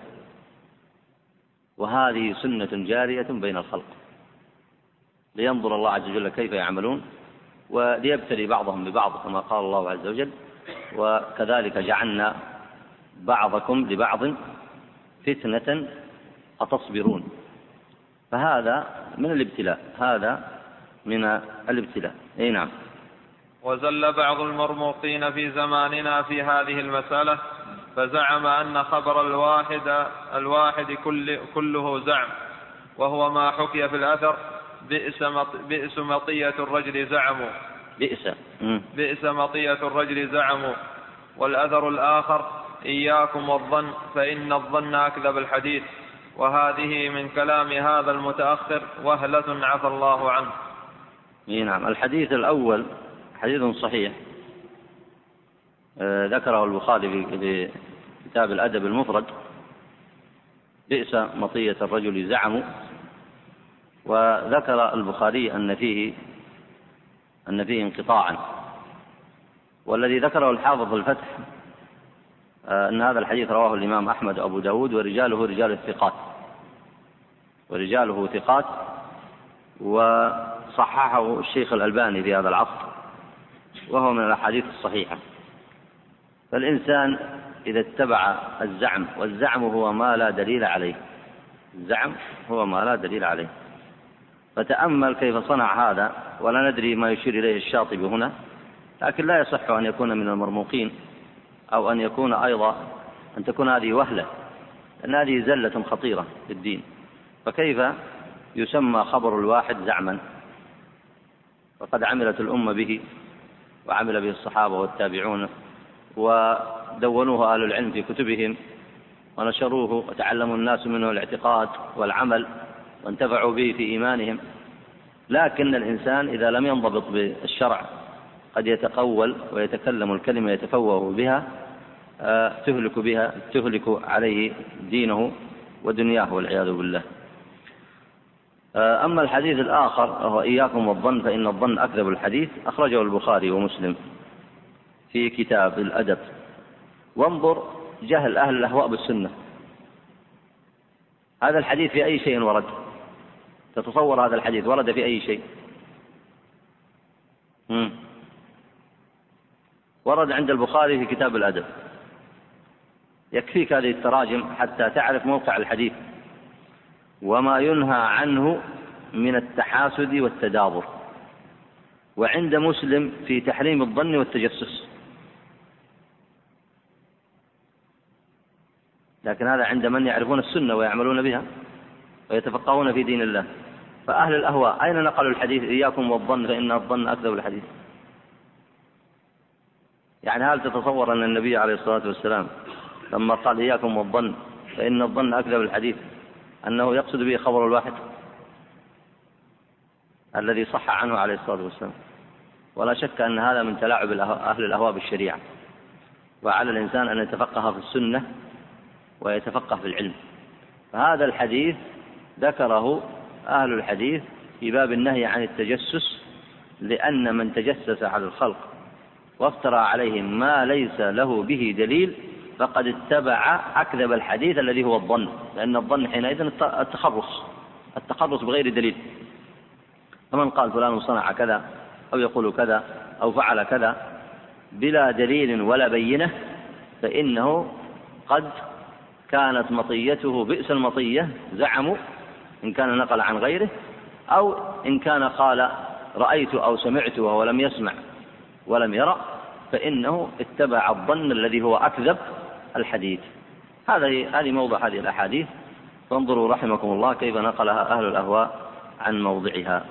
وهذه سنة جارية بين الخلق، لينظر الله عز وجل كيف يعملون وليبتلي بعضهم ببعض كما قال الله عز وجل: وكذلك جعلنا بعضكم لبعض فتنة أتصبرون. فهذا من الابتلاء، هذا من الابتلاء. أي نعم. وزل بعض المرموقين في زماننا في هذه المسألة، فزعم أن خبر الواحد كله زعم، وهو ما حكي في الأثر: بئس مطية الرجل زعموا، بئس مطية الرجل زعموا. والأثر الآخر: إياكم والظن فإن الظن أكذب الحديث. وهذه من كلام هذا المتأخر وهلة عفى الله عنه. نعم. الحديث الأول حديث صحيح ذكره البخاري في كتاب الأدب المفرد: بئس مطية الرجل زعموا. وذكر البخاري أن فيه انقطاعا، والذي ذكره الحافظ في الفتح أن هذا الحديث رواه الإمام أحمد وأبو داود ورجاله رجال الثقات، ورجاله ثقات، وصححه الشيخ الألباني في هذا العصر، وهو من الأحاديث الصحيحة. فالإنسان إذا اتبع الزعم، والزعم هو ما لا دليل عليه، الزعم هو ما لا دليل عليه. فتأمل كيف صنع هذا، ولا ندري ما يشير إليه الشاطبي هنا، لكن لا يصح أن يكون من المرموقين، أو أن تكون هذه وهلة، لأن هذه زلة خطيرة في الدين. فكيف يسمى خبر الواحد زعما؟ وقد عملت الأمة به، وعمل به الصحابة والتابعون، ودونوه أهل العلم في كتبهم، ونشروه، وتعلموا الناس منه الاعتقاد والعمل، وانتفعوا به في إيمانهم. لكن الإنسان إذا لم ينضبط بالشرع قد يتقول ويتكلم الكلمة يتفوه بها، تهلك عليه دينه ودنياه والعياذ بالله. أما الحديث الآخر وهو إياكم والظن فإن الظن أكذب الحديث، أخرجه البخاري ومسلم في كتاب الأدب. وانظر جهل أهل الأهواء بالسنة. هذا الحديث في أي شيء ورد؟ تتصور هذا الحديث ورد في أي شيء؟ ورد عند البخاري في كتاب الأدب. يكفيك هذه التراجم حتى تعرف موقع الحديث وما ينهى عنه من التحاسد والتدابر. وعند مسلم في تحريم الظن والتجسس. لكن هذا عند من يعرفون السنة ويعملون بها ويتفقهون في دين الله. فأهل الأهواء أين نقلوا الحديث إياكم والظن فإن الظن أكذب الحديث؟ يعني هل تتصور أن النبي عليه الصلاة والسلام لما قال إياكم والظن فإن الظن أكذب الحديث أنه يقصد به خبر الواحد الذي صح عنه عليه الصلاة والسلام؟ ولا شك أن هذا من تلاعب أهل الأهواء بالشريعة. وعلى الإنسان أن يتفقه في السنة ويتفقه في العلم. فهذا الحديث ذكره أهل الحديث في باب النهي عن التجسس، لأن من تجسس على الخلق وافترى عليهم ما ليس له به دليل فقد اتبع أكذب الحديث الذي هو الظن، لأن الظن حينئذ التخرص بغير دليل. فمن قال فلان صنع كذا أو يقول كذا أو فعل كذا بلا دليل ولا بينة، فإنه قد كانت مطيته بئس المطية زعموا، إن كان نقل عن غيره، أو إن كان قال رأيت أو سمعت وهو لم يسمع ولم يرى، فإنه اتبع الظن الذي هو أكذب الحديث. هذه موضع هذه الأحاديث. فانظروا رحمكم الله كيف نقلها أهل الأهواء عن موضعها.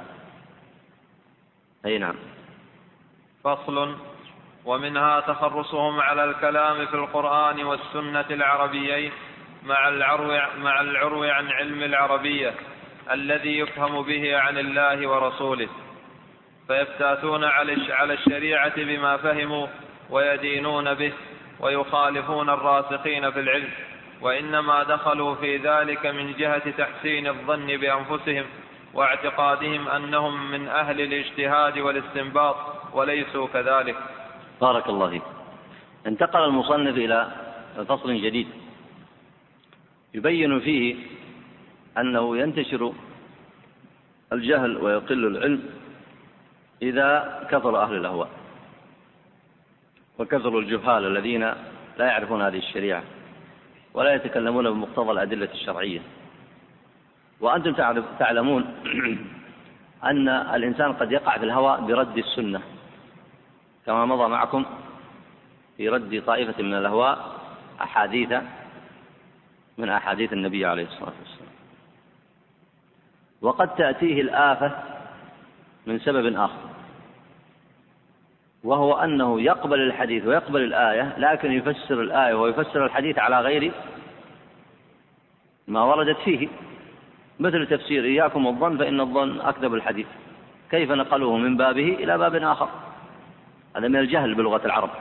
أي نعم. فصل. ومنها تخرصهم على الكلام في القرآن والسنة العربيين مع العرو عن علم العربية الذي يفهم به عن الله ورسوله، فيفتاتون على الشريعة بما فهموا ويدينون به، ويخالفون الراسخين في العلم، وإنما دخلوا في ذلك من جهة تحسين الظن بأنفسهم واعتقادهم أنهم من أهل الاجتهاد والاستنباط، وليسوا كذلك. بارك الله فيك. انتقل المصنف إلى فصل جديد يبين فيه أنه ينتشر الجهل ويقل العلم إذا كثر أهل الأهواء وكثروا الجهال الذين لا يعرفون هذه الشريعة ولا يتكلمون بمقتضى الأدلة الشرعية. وأنتم تعلمون أن الإنسان قد يقع في الهوى برد السنة، كما مضى معكم في رد طائفة من الأهواء أحاديث من أحاديث النبي عليه الصلاة والسلام. وقد تأتيه الآفة من سبب آخر، وهو أنه يقبل الحديث ويقبل الآية، لكن يفسر الآية ويفسر الحديث على غير ما وردت فيه، مثل تفسير إياكم الظن فإن الظن أكذب الحديث، كيف نقلوه من بابه إلى باب آخر؟ هذا من الجهل بلغة العرب.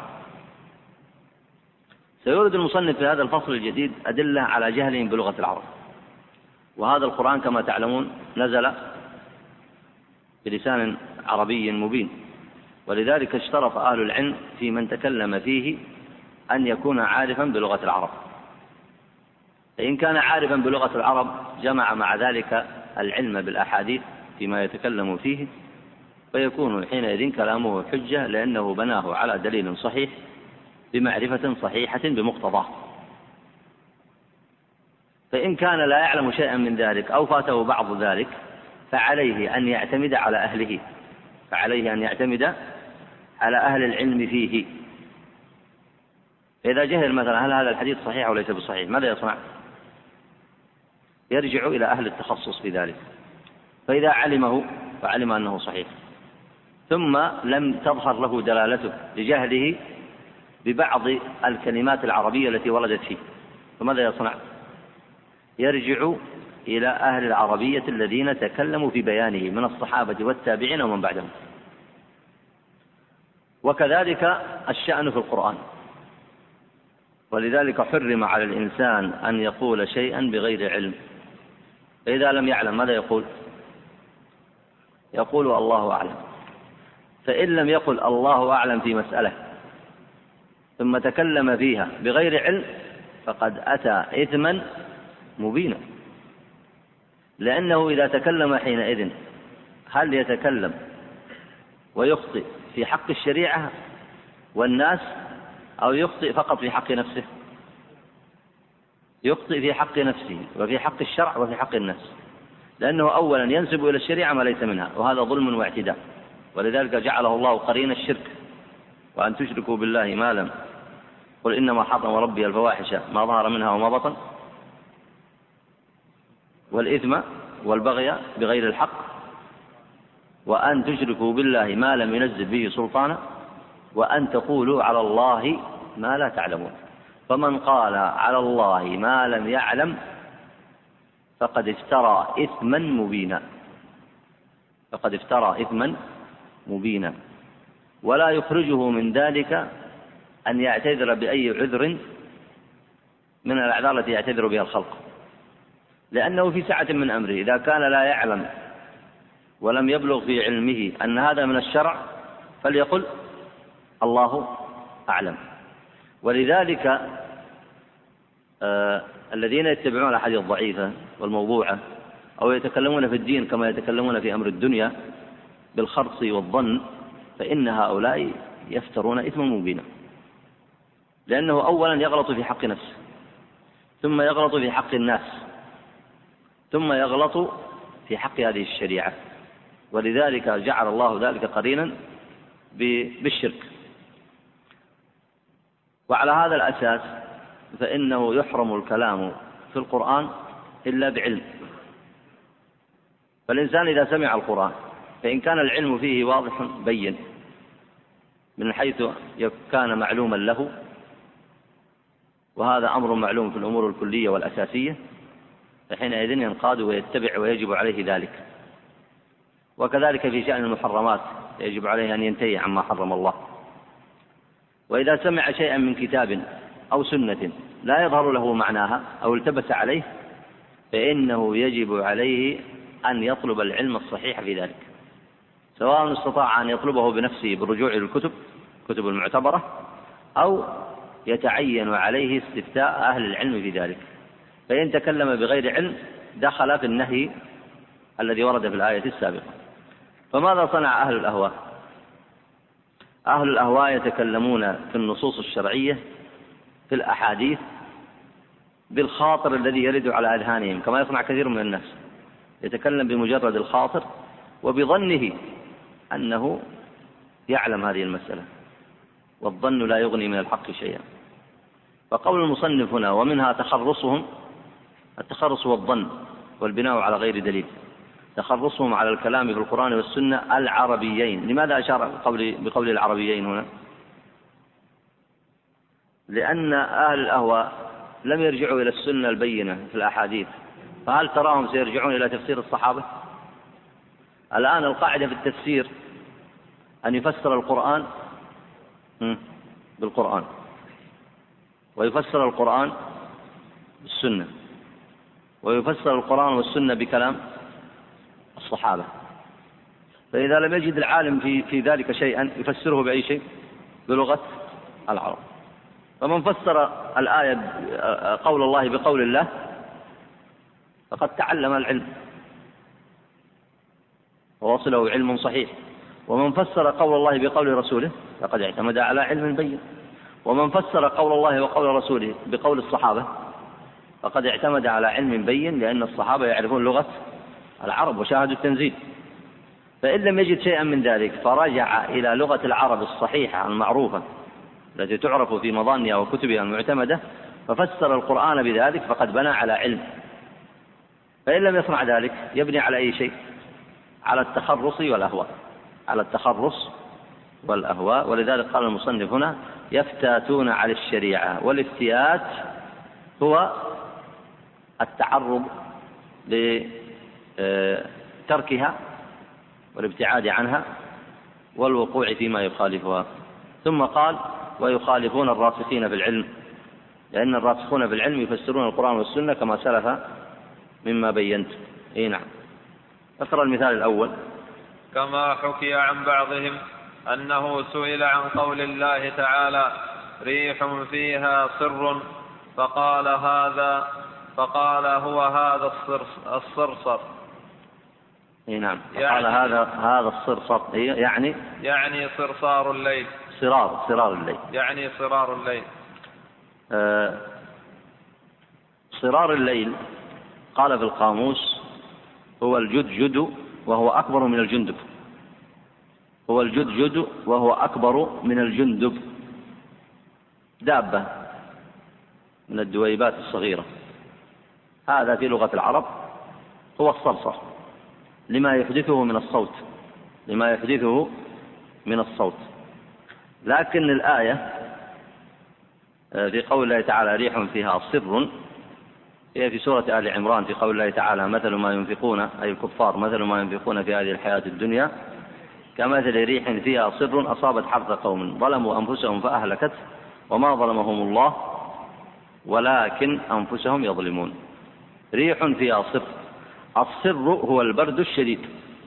سيورد المصنف في هذا الفصل الجديد أدلة على جهلهم بلغة العرب. وهذا القرآن كما تعلمون نزل بلسان عربي مبين، ولذلك اشترط أهل العلم في من تكلم فيه أن يكون عارفا بلغة العرب، فإن كان عارفا بلغة العرب جمع مع ذلك العلم بالأحاديث فيما يتكلم فيه، فيكون حينئذ كلامه حجة، لأنه بناه على دليل صحيح بمعرفة صحيحة بمقتضاه. فإن كان لا يعلم شيئا من ذلك أو فاته بعض ذلك فعليه أن يعتمد على أهله، فعليه أن يعتمد على أهل العلم فيه. فإذا جهل مثلا هل هذا الحديث صحيح أو ليس بصحيح، ماذا يصنع؟ يرجع إلى أهل التخصص في ذلك، فإذا علمه وعلم أنه صحيح ثم لم تظهر له دلالته لجهله ببعض الكلمات العربية التي وردت فيه، فماذا يصنع؟ يرجع إلى أهل العربية الذين تكلموا في بيانه من الصحابة والتابعين ومن بعدهم. وكذلك الشأن في القرآن، ولذلك حرم على الإنسان أن يقول شيئا بغير علم، فإذا لم يعلم ماذا يقول؟ يقول الله أعلم. فإن لم يقل الله أعلم في مسألة ثم تكلم فيها بغير علم فقد أتى إثما مبينا، لأنه إذا تكلم حينئذ هل يتكلم ويخطئ في حق الشريعة والناس أو يخطئ فقط في حق نفسه؟ يخطئ في حق نفسه وفي حق الشرع وفي حق الناس، لأنه أولا ينسب إلى الشريعة ما ليس منها، وهذا ظلم واعتداء، ولذلك جعله الله قرين الشرك، وأن تشركوا بالله ما لم قل إنما حرم ربي الفواحش ما ظهر منها وما بطن والإثم والبغي بغير الحق وأن تشركوا بالله ما لم ينزل به سلطانا وأن تقولوا على الله ما لا تعلمون. فمن قال على الله ما لم يعلم فقد افترى إثما مبينا، فقد افترى إثما مبينا، ولا يخرجه من ذلك أن يعتذر بأي عذر من الأعذار التي يعتذر بها الخلق، لأنه في سعة من أمره. إذا كان لا يعلم ولم يبلغ في علمه أن هذا من الشرع فليقل الله أعلم. ولذلك الذين يتبعون الأحاديث الضعيفة والموضوعة أو يتكلمون في الدين كما يتكلمون في أمر الدنيا بالخرص والظن، فإن هؤلاء يفترون إثما مبينا، لأنه أولا يغلط في حق نفسه، ثم يغلط في حق الناس، ثم يغلط في حق هذه الشريعة، ولذلك جعل الله ذلك قرينا بالشرك. وعلى هذا الأساس فإنه يحرم الكلام في القرآن إلا بعلم. فالإنسان إذا سمع القرآن فإن كان العلم فيه واضح بين من حيث كان معلوما له وهذا أمر معلوم في الأمور الكلية والأساسية، فحينئذ ينقاد ويتبع ويجب عليه ذلك. وكذلك في شأن المحرمات يجب عليه أن ينتهي عما حرم الله. وإذا سمع شيئا من كتاب أو سنة لا يظهر له معناها أو التبس عليه فإنه يجب عليه أن يطلب العلم الصحيح في ذلك، سواء استطاع أن يطلبه بنفسه بالرجوع إلى الكتب المعتبرة، أو يتعين عليه استفتاء أهل العلم في ذلك. فإن تكلم بغير علم دخل في النهي الذي ورد في الآية السابقة. فماذا صنع أهل الأهواء؟ أهل الأهواء يتكلمون في النصوص الشرعية في الأحاديث بالخاطر الذي يرد على أذهانهم، كما يصنع كثير من الناس، يتكلم بمجرد الخاطر وبظنه أنه يعلم هذه المسألة، والظن لا يغني من الحق شيئا. فقول المصنف هنا ومنها تخرصهم، التخرص والظن والبناء على غير دليل، تخرصهم على الكلام في القرآن والسنة العربيين. لماذا أشار بقول العربيين هنا؟ لأن أهل الأهواء لم يرجعوا إلى السنة البينة في الأحاديث، فهل تراهم سيرجعون إلى تفسير الصحابة؟ الآن القاعدة في التفسير أن يفسر القرآن بالقرآن، ويفسر القرآن بالسنة، ويفسر القرآن والسنة بكلام الصحابة. فإذا لم يجد العالم في ذلك شيئا يفسره بأي شيء؟ بلغة العرب. فمن فسر الآية قول الله بقول الله فقد تعلم العلم ووصله علم صحيح، ومن فسر قول الله بقول رسوله فقد اعتمد على علم بين، ومن فسر قول الله وقول رسوله بقول الصحابة فقد اعتمد على علم بين، لأن الصحابة يعرفون لغة العرب وشاهدوا التنزيل. فإن لم يجد شيئا من ذلك فرجع إلى لغة العرب الصحيحة المعروفة التي تعرف في مظانها وكتبها المعتمدة ففسر القرآن بذلك فقد بنى على علم. فإن لم يصنع ذلك يبني على أي شيء؟ على التخرص والأهواء، على التخرص والأهواء. ولذلك قال المصنف هنا يفتاتون على الشريعة، والافتيات هو التعرض لتركها والابتعاد عنها والوقوع فيما يخالفها. ثم قال ويخالفون الراسخين في العلم، لأن الراسخون في العلم يفسرون القرآن والسنة كما سلف مما بينت. نعم. اقرأ المثال الأول. كما حكي عن بعضهم أنه سئل عن قول الله تعالى ريح فيها صر فقال هو هذا الصرصر. نعم. قال هذا الصرصر يعني صرصار الليل، صرار الليل، يعني صرار الليل. صرار الليل قال في القاموس هو الجدجد وهو أكبر من الجندب، هو الجدجد وهو أكبر من الجندب، دابة من الدويبات الصغيرة. هذا في لغة العرب هو الصرصر لما يحدثه من الصوت. لكن الآية في قول الله تعالى ريح فيها صر هي في سورة آل عمران في قول الله تعالى مثل ما ينفقون أي الكفار مثل ما ينفقون في هذه الحياة الدنيا كمثل ريح فيها صر أصابت حرث قوم ظلموا أنفسهم فأهلكت وما ظلمهم الله ولكن أنفسهم يظلمون. ريح فيها صر، الصر هو البرد الشديد،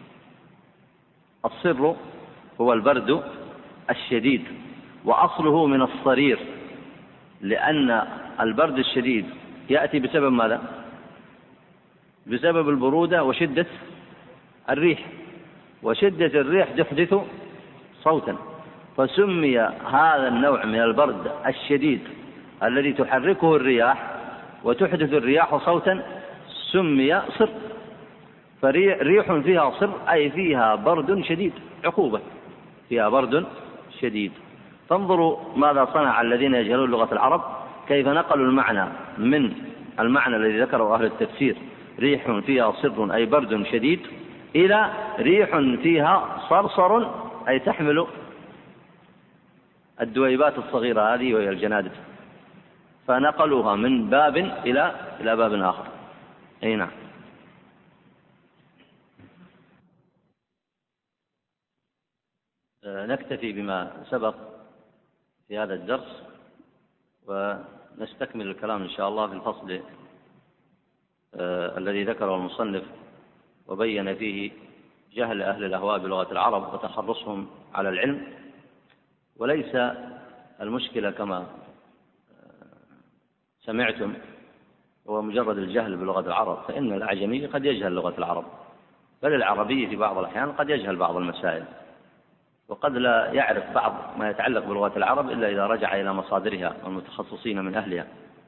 الصر هو البرد الشديد، وأصله من الصرير، لأن البرد الشديد يأتي بسبب ماذا؟ بسبب البرودة وشدة الريح، وشدة الريح تحدث صوتا، فسمي هذا النوع من البرد الشديد الذي تحركه الرياح وتحدث الرياح صوتا سمي صر. فريح فيها صر أي فيها برد شديد، عقوبة فيها برد شديد. فانظروا ماذا صنع الذين يجهلون لغة العرب، كيف نقلوا المعنى من المعنى الذي ذكره أهل التفسير ريح فيها صر أي برد شديد إلى ريح فيها صرصر أي تحمل الدويبات الصغيرة هذه وهي الجنادب. فنقلوها من باب إلى باب آخر. أي نعم. نكتفي بما سبق في هذا الدرس، ونستكمل الكلام إن شاء الله في الفصل الذي ذكره المصنف وبين فيه جهل أهل الأهواء بلغة العرب وتخرصهم على العلم. وليس المشكلة كما سمعتم هو مجرد الجهل بلغة العرب، فإن الأعجمي قد يجهل لغة العرب، بل العربي في بعض الأحيان قد يجهل بعض المسائل، وقد لا يعرف بعض ما يتعلق بلغة العرب إلا إذا رجع إلى مصادرها والمتخصصين من أهلها.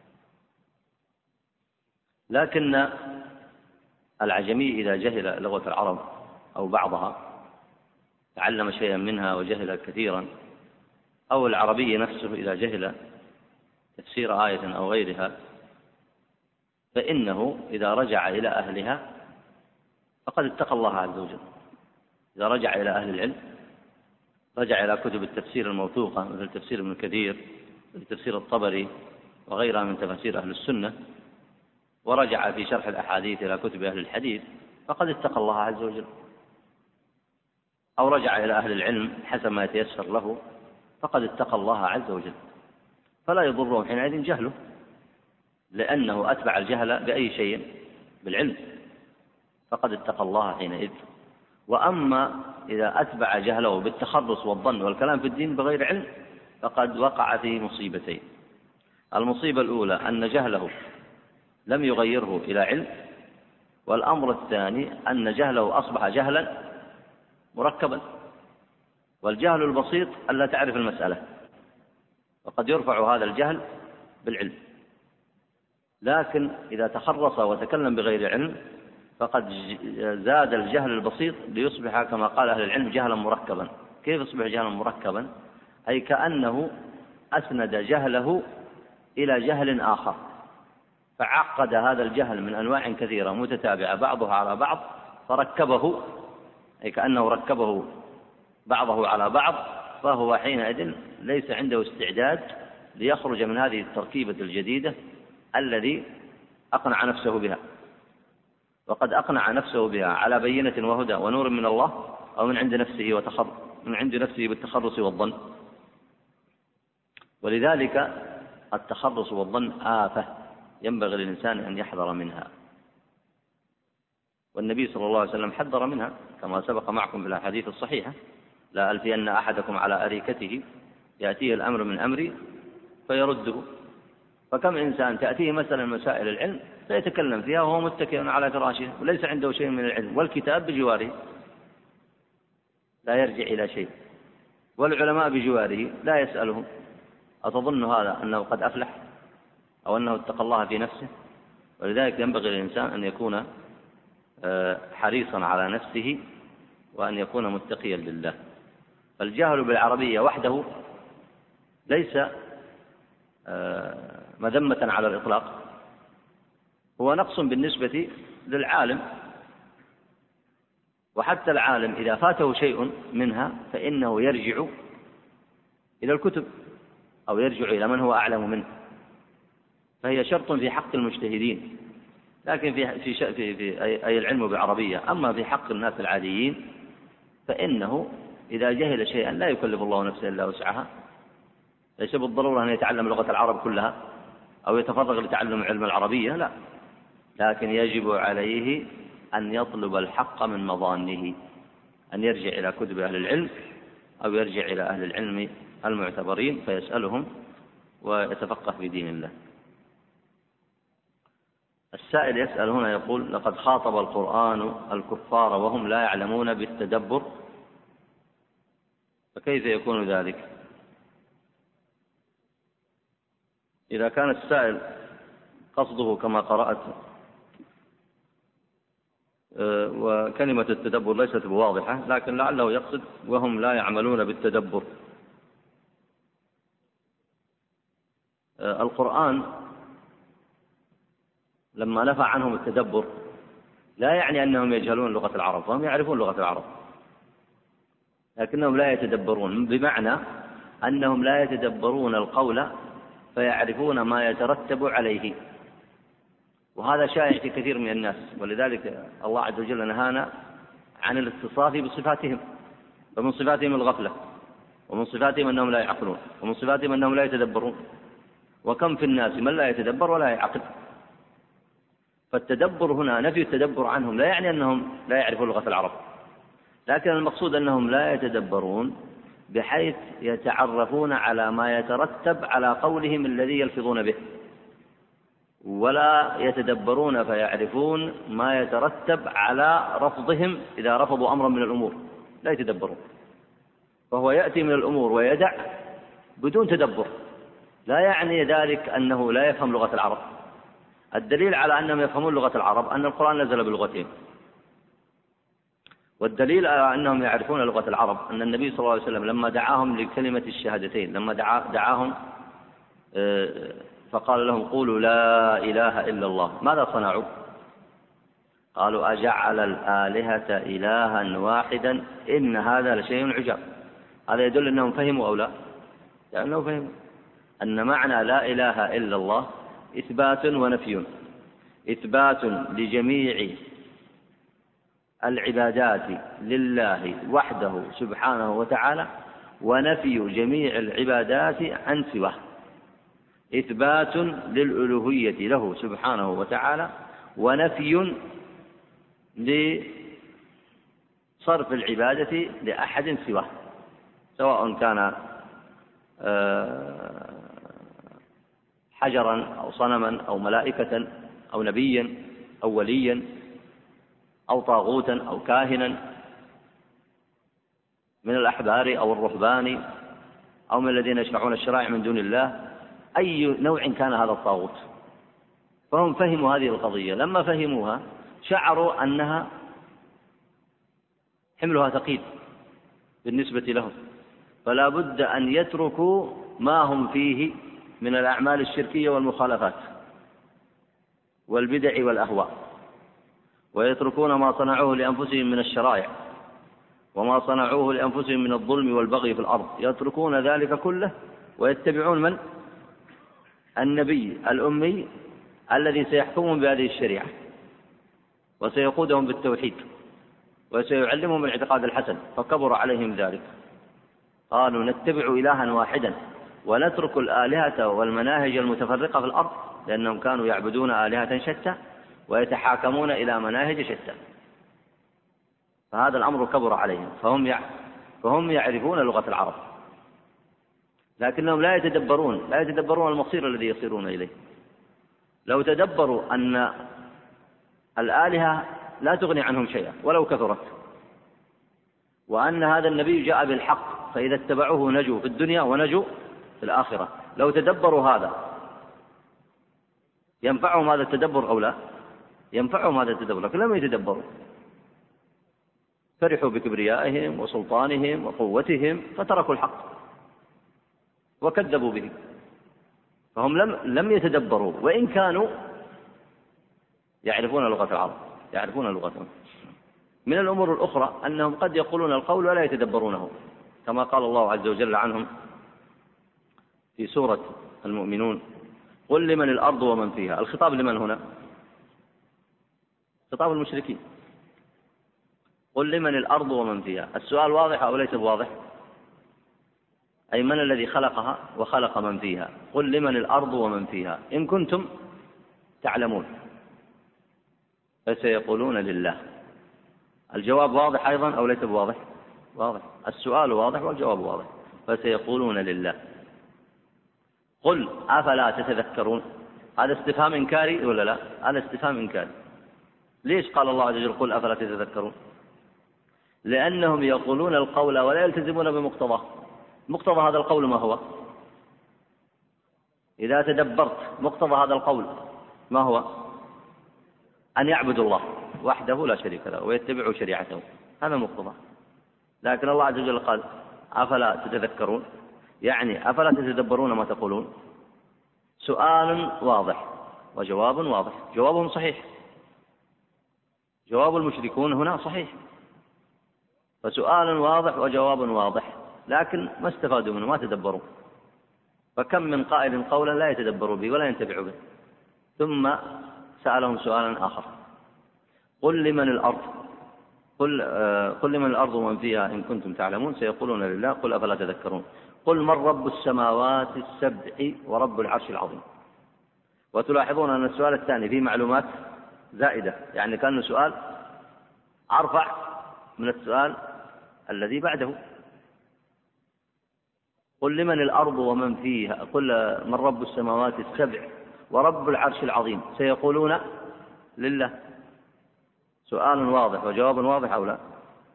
لكن العجمي إذا جهل لغة العرب أو بعضها، تعلم شيئا منها وجهل كثيرا، أو العربي نفسه إذا جهل تفسير آية أو غيرها، فإنه إذا رجع إلى أهلها فقد اتقى الله عز وجل. إذا رجع إلى أهل العلم، رجع إلى كتب التفسير الموثوقة مثل تفسير ابن كثير وتفسير الطبري وغيرها من تفاسير أهل السنة، ورجع في شرح الأحاديث إلى كتب أهل الحديث، فقد اتقى الله عز وجل. أو رجع إلى أهل العلم حسب ما يتيسر له، فقد اتقى الله عز وجل، فلا يضره حينئذ جهله، لأنه أتبع الجهل بأي شيء؟ بالعلم، فقد اتقى الله حينئذ. وأما إذا أتبع جهله بالتخرص والظن والكلام في الدين بغير علم، فقد وقع في مصيبتين. المصيبة الأولى أن جهله لم يغيره إلى علم، والأمر الثاني أن جهله أصبح جهلا مركبا، والجهل البسيط ألا تعرف المسألة، وقد يرفع هذا الجهل بالعلم. لكن إذا تخرص وتكلم بغير علم فقد زاد الجهل البسيط ليصبح كما قال أهل العلم جهلا مركبا. كيف يصبح جهلا مركبا؟ أي كأنه أسند جهله إلى جهل آخر، فعقد هذا الجهل من أنواع كثيرة متتابعة بعضها على بعض، فركبه، أي كأنه ركبه بعضه على بعض، فهو حينئذ ليس عنده استعداد ليخرج من هذه التركيبة الجديدة الذي أقنع نفسه بها. وقد أقنع نفسه بها على بينة وهدى ونور من الله، أو من عند نفسه بالتخرص والظن. ولذلك التخرص والظن آفة ينبغي للإنسان أن يحذر منها، والنبي صلى الله عليه وسلم حذر منها كما سبق معكم في الأحاديث الصحيحة: لا ألفين أحدكم على أريكته يأتيه الأمر من أمري فيرده. فكم إنسان تأتيه مثلا مسائل العلم فيتكلم فيها وهو متكئ على فراشه وليس عنده شيء من العلم، والكتاب بجواره لا يرجع إلى شيء، والعلماء بجواره لا يسألهم. أتظن هذا أنه قد أفلح أو أنه اتقى الله في نفسه؟ ولذلك ينبغي للإنسان أن يكون حريصا على نفسه وأن يكون متقيا لله. فالجهل بالعربية وحده ليس مذمة على الإطلاق، هو نقص بالنسبة للعالم. وحتى العالم إذا فاته شيء منها فإنه يرجع إلى الكتب أو يرجع إلى من هو أعلم منه، فهي شرط في حق المجتهدين، لكن في أي العلم بعربية. أما في حق الناس العاديين فإنه إذا جهل شيئا لا يكلف الله نفسه إلا وسعها. ليس بالضرورة أن يتعلم لغة العرب كلها أو يتفرغ لتعلم علم العربية، لا، لكن يجب عليه أن يطلب الحق من مظانه، أن يرجع إلى كتب أهل العلم أو يرجع إلى أهل العلم المعتبرين فيسألهم ويتفقه في دين الله. السائل يسأل هنا يقول: لقد خاطب القرآن الكفار وهم لا يعلمون بالتدبر، فكيف يكون ذلك؟ إذا كان السائل قصده كما قرأت وكلمة التدبر ليست بواضحة، لكن لعله يقصد وهم لا يعملون بالتدبر. القرآن لما نفى عنهم التدبر لا يعني أنهم يجهلون لغة العرب، فهم يعرفون لغة العرب لكنهم لا يتدبرون، بمعنى أنهم لا يتدبرون القول فيعرفون ما يترتب عليه، وهذا شائع في كثير من الناس، ولذلك الله عز وجل نهانا عن الاتصاف بصفاتهم. فمن صفاتهم الغفلة، ومن صفاتهم أنهم لا يعقلون، ومن صفاتهم أنهم لا يتدبرون، وكم في الناس من لا يتدبر ولا يعقل. فالتدبر هنا نفي التدبر عنهم لا يعني أنهم لا يعرفون لغة العرب، لكن المقصود أنهم لا يتدبرون بحيث يتعرفون على ما يترتب على قولهم الذي يلفظون به، ولا يتدبرون فيعرفون ما يترتب على رفضهم إذا رفضوا أمرا من الأمور، لا يتدبرون. فهو يأتي من الأمور ويدع بدون تدبر، لا يعني ذلك أنه لا يفهم لغة العرب. الدليل على أنهم يفهمون لغة العرب أن القرآن نزل بلغتهم، والدليل على أنهم يعرفون لغة العرب أن النبي صلى الله عليه وسلم لما دعاهم لكلمة الشهادتين، لما دعاهم فقال لهم قولوا لا إله إلا الله، ماذا صنعوا؟ قالوا أجعل الآلهة إلها واحدا إن هذا لشيء عجاب. هذا يدل أنهم فهموا أو لا؟ لأنهم فهموا أن معنى لا إله إلا الله إثبات ونفي، إثبات لجميع العبادات لله وحده سبحانه وتعالى، ونفي جميع العبادات عن سواه، إثبات للألوهية له سبحانه وتعالى، ونفي لصرف العبادة لأحد سواه، سواء كان حجرا أو صنما أو ملائكة أو نبيا أو وليا أو طاغوتا أو كاهنا من الأحبار أو الرهبان أو من الذين يشرعون الشرائع من دون الله، أي نوع كان هذا الطاغوت. فهم فهموا هذه القضية، لما فهموها شعروا أنها حملها ثقيل بالنسبة لهم، فلا بد أن يتركوا ما هم فيه من الأعمال الشركية والمخالفات والبدع والأهواء، ويتركون ما صنعوه لأنفسهم من الشرائع وما صنعوه لأنفسهم من الظلم والبغي في الأرض، يتركون ذلك كله ويتبعون من؟ النبي الأمي الذي سيحكمهم بهذه الشريعة وسيقودهم بالتوحيد وسيعلمهم الاعتقاد الحسن، فكبر عليهم ذلك. قالوا نتبع إلها واحدا ونترك الآلهة والمناهج المتفرقة في الأرض، لأنهم كانوا يعبدون آلهة شتى ويتحاكمون إلى مناهج شتى، فهذا الأمر كبر عليهم، فهم يعرفون لغة العرب، لكنهم لا يتدبرون المصير الذي يصيرون إليه. لو تدبروا أن الآلهة لا تغني عنهم شيئا ولو كثرت، وأن هذا النبي جاء بالحق فإذا اتبعوه نجوا في الدنيا ونجوا في الآخرة، لو تدبروا هذا ينفعهم هذا التدبر أو لا؟ ينفعهم هذا التدبر، لكن لم يتدبروا، فرحوا بكبريائهم وسلطانهم وقوتهم فتركوا الحق وكذبوا به. فهم لم يتدبروا، وإن كانوا يعرفون لغة العرب، يعرفون لغتهم. من الأمور الأخرى أنهم قد يقولون القول ولا يتدبرونه، كما قال الله عز وجل عنهم في سورة المؤمنون قل لمن الأرض ومن فيها. الخطاب لمن هنا؟ خطاب المشركين. قل لمن الأرض ومن فيها، السؤال واضح أو ليس واضح؟ أي من الذي خلقها وخلق من فيها؟ قل لمن الأرض ومن فيها إن كنتم تعلمون، فسيقولون لله. الجواب واضح أيضا أو ليس واضح؟ واضح. السؤال واضح والجواب واضح، فسيقولون لله. قل أفلا تتذكرون، هذا استفهام إنكاري ولا لا؟ هذا استفهام إنكاري. ليش قال الله عز وجل قل أفلا تتذكرون؟ لأنهم يقولون القول ولا يلتزمون بمقتضاه. مقتضى هذا القول ما هو؟ إذا تدبرت مقتضى هذا القول ما هو؟ أن يعبدوا الله وحده لا شريك له ويتبعوا شريعته، هذا مقتضى. لكن الله عز وجل قال أفلا تتذكرون، يعني أفلا تتدبرون ما تقولون؟ سؤال واضح وجواب واضح، جوابهم صحيح، جواب المشركون هنا صحيح، فسؤال واضح وجواب واضح، لكن ما استفادوا منه، ما تدبروا. فكم من قائل قولا لا يتدبر به ولا ينتفع به. ثم سألهم سؤالا آخر: قل لمن الأرض ومن فيها إن كنتم تعلمون سيقولون لله قل أفلا تذكرون. قل من رب السماوات السبع ورب العرش العظيم. وتلاحظون أن السؤال الثاني فيه معلومات زائدة، يعني كأنه سؤال أرفع من السؤال الذي بعده. قل لمن الأرض ومن فيها، قل من رب السماوات السبع ورب العرش العظيم سيقولون لله. سؤال واضح وجواب واضح أو لا؟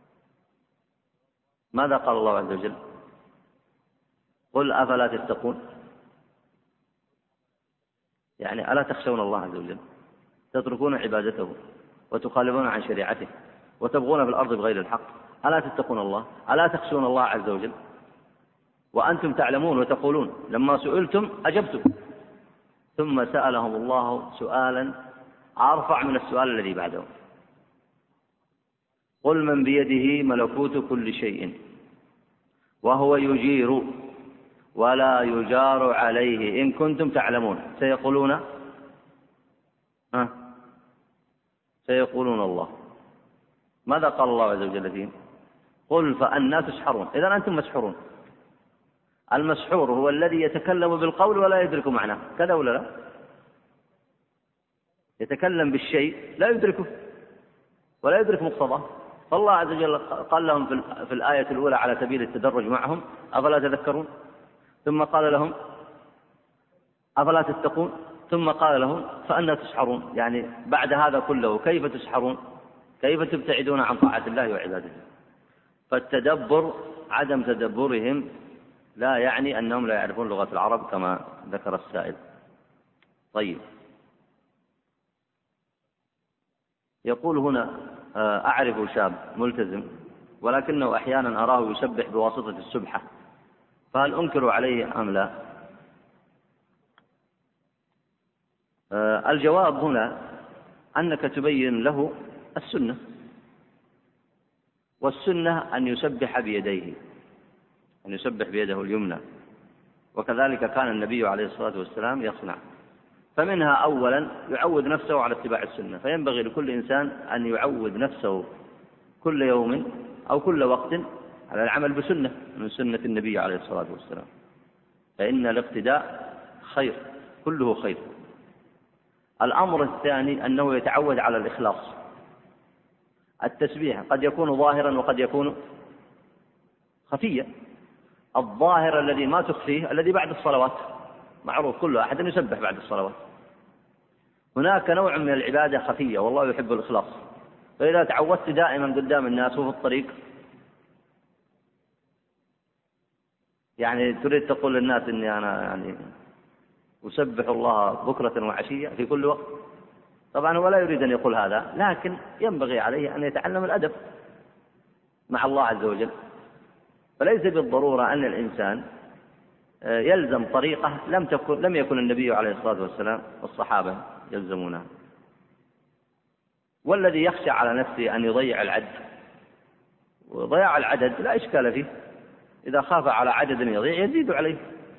ماذا قال الله عز وجل؟ قل أفلا تتقون، يعني ألا تخشون الله عز وجل، تتركون عبادته وتخالفون عن شريعته وتبغون في الأرض بغير الحق، ألا تتقون الله؟ ألا تخشون الله عز وجل وأنتم تعلمون وتقولون؟ لما سئلتم أجبتم. ثم سألهم الله سؤالا أرفع من السؤال الذي بعده: قل من بيده ملكوت كل شيء وهو يجير ولا يجار عليه إن كنتم تعلمون سيقولون الله. ماذا قال الله عز وجل فيهم؟ قل فأنى تسحرون. إذن أنتم مسحورون. المسحور هو الذي يتكلم بالقول ولا يدرك معناه، كذا ولا لا؟ يتكلم بالشيء لا يدركه ولا يدرك مقتضاه. فالله عز وجل قال لهم في الآية الأولى على سبيل التدرج معهم: أفلا تذكرون؟ ثم قال لهم: أفلا تتقون؟ ثم قال لهم: فأنى تسحرون؟ يعني بعد هذا كله كيف تسحرون؟ كيف تبتعدون عن طاعة الله وعبادته؟ فالتدبر، عدم تدبرهم لا يعني أنهم لا يعرفون لغة العرب كما ذكر السائل. طيب، يقول هنا: أعرف شاب ملتزم ولكنه أحيانا أراه يسبح بواسطة السبحة، فهل أنكر عليه أم لا؟ الجواب هنا أنك تبين له السنة، والسنة أن يسبح بيديه، أن يسبح بيده اليمنى، وكذلك كان النبي عليه الصلاة والسلام يصنع. فمنها أولا يعود نفسه على اتباع السنة، فينبغي لكل إنسان أن يعود نفسه كل يوم أو كل وقت على العمل بسنة من سنة النبي عليه الصلاة والسلام، فإن الاقتداء خير، كله خير. الأمر الثاني أنه يتعود على الإخلاص. التسبيح قد يكون ظاهرا وقد يكون خفيا. الظاهر الذي ما تخفيه الذي بعد الصلوات، معروف كل أحد يسبح بعد الصلوات. هناك نوع من العبادة خفية والله يحب الإخلاص، فإذا تعودت دائما قدام الناس وفي الطريق، يعني تريد تقول للناس إني أنا يعني أسبح الله بكرة وعشية في كل وقت، طبعا هو لا يريد أن يقول هذا، لكن ينبغي عليه أن يتعلم الأدب مع الله عز وجل. فليس بالضرورة أن الإنسان يلزم طريقة لم يكن النبي عليه الصلاة والسلام والصحابة يلزمونها. والذي يخشى على نفسه أن يضيع العد، وضياع العدد لا إشكال فيه، إذا خاف على عدد يضيع يزيد عليه،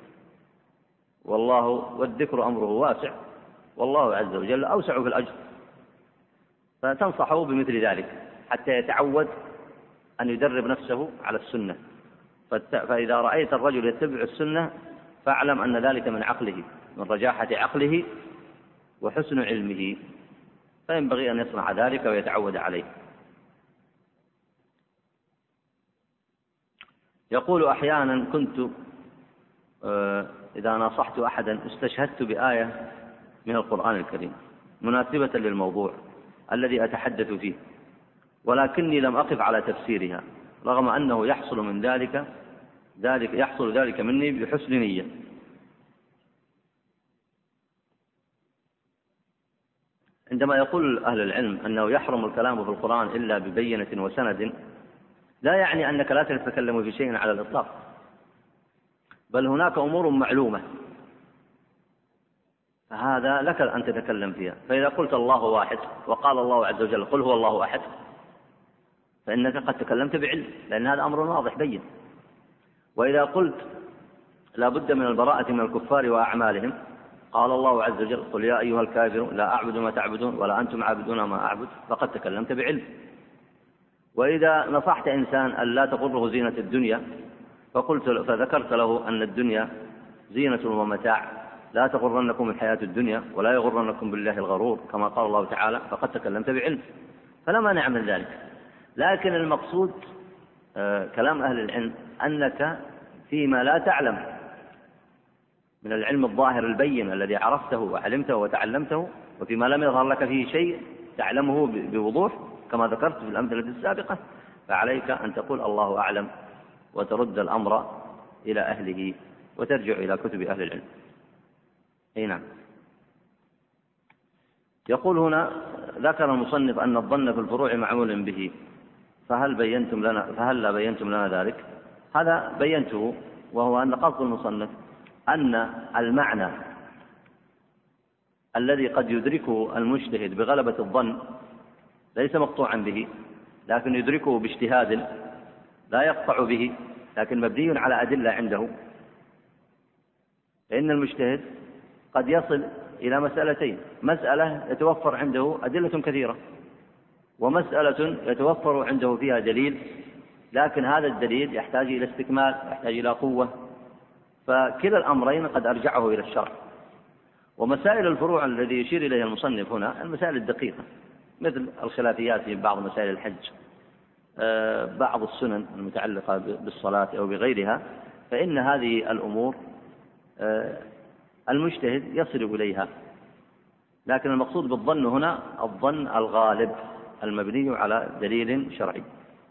والذكر أمره واسع، والله عز وجل أوسع في الأجر. فتنصحه بمثل ذلك حتى يتعود أن يدرب نفسه على السنة. فإذا رأيت الرجل يتبع السنة فاعلم أن ذلك من عقله، من رجاحة عقله وحسن علمه، فينبغي أن يصنع ذلك ويتعود عليه. يقول: أحيانا كنت إذا ناصحت أحدا استشهدت بآية من القرآن الكريم مناسبة للموضوع الذي أتحدث فيه، ولكني لم أقف على تفسيرها، رغم أنه يحصل ذلك مني بحسن نية. عندما يقول أهل العلم أنه يحرم الكلام في القرآن إلا ببينة وسند، لا يعني أنك لا تتكلم في شيء على الإطلاق، بل هناك أمور معلومة فهذا لك أن تتكلم فيها. فإذا قلت الله واحد وقال الله عز وجل قل هو الله أحد، فإنك قد تكلمت بعلم، لأن هذا أمر واضح بين. وإذا قلت لا بد من البراءة من الكفار وأعمالهم. قال الله عز وجل: قل يا أيها الكافرون لا أعبد ما تعبدون ولا أنتم عابدون ما أعبد، فقد تكلمت بعلم. وإذا نصحت إنسان أن لا تغره زينة الدنيا فذكرت له أن الدنيا زينة ومتاع، لا تغرنكم الحياة الدنيا ولا يغرنكم بالله الغرور، كما قال الله تعالى: فقد تكلمت بعلم. فلا مانع من ذلك. لكن المقصود كلام أهل العلم أنك فيما لا تعلم من العلم الظاهر البين الذي عرفته وعلمته وتعلمته، وفيما لم يظهر لك فيه شيء تعلمه بوضوح كما ذكرت في الأمثلة السابقة، فعليك أن تقول الله أعلم، وترد الأمر إلى أهله وترجع إلى كتب أهل العلم. أي نعم. يقول هنا: ذكر المصنف أن الظن في الفروع معمول به، فهل لا بينتم لنا ذلك؟ هذا بينته، وهو أن قصد المصنف أن المعنى الذي قد يدركه المجتهد بغلبة الظن ليس مقطوعا به، لكن يدركه باجتهاد لا يقطع به، لكن مبني على أدلة عنده. فإن المجتهد قد يصل إلى مسألتين: مسألة يتوفر عنده أدلة كثيرة، ومسألة يتوفر عنده فيها دليل، لكن هذا الدليل يحتاج إلى استكمال، يحتاج إلى قوة، فكلا الأمرين قد أرجعه إلى الشرع. ومسائل الفروع الذي يشير إليها المصنف هنا المسائل الدقيقة، مثل الخلافيات في بعض مسائل الحج، بعض السنن المتعلقة بالصلاة أو بغيرها، فإن هذه الأمور المجتهد يصل إليها. لكن المقصود بالظن هنا الظن الغالب المبني على دليل شرعي.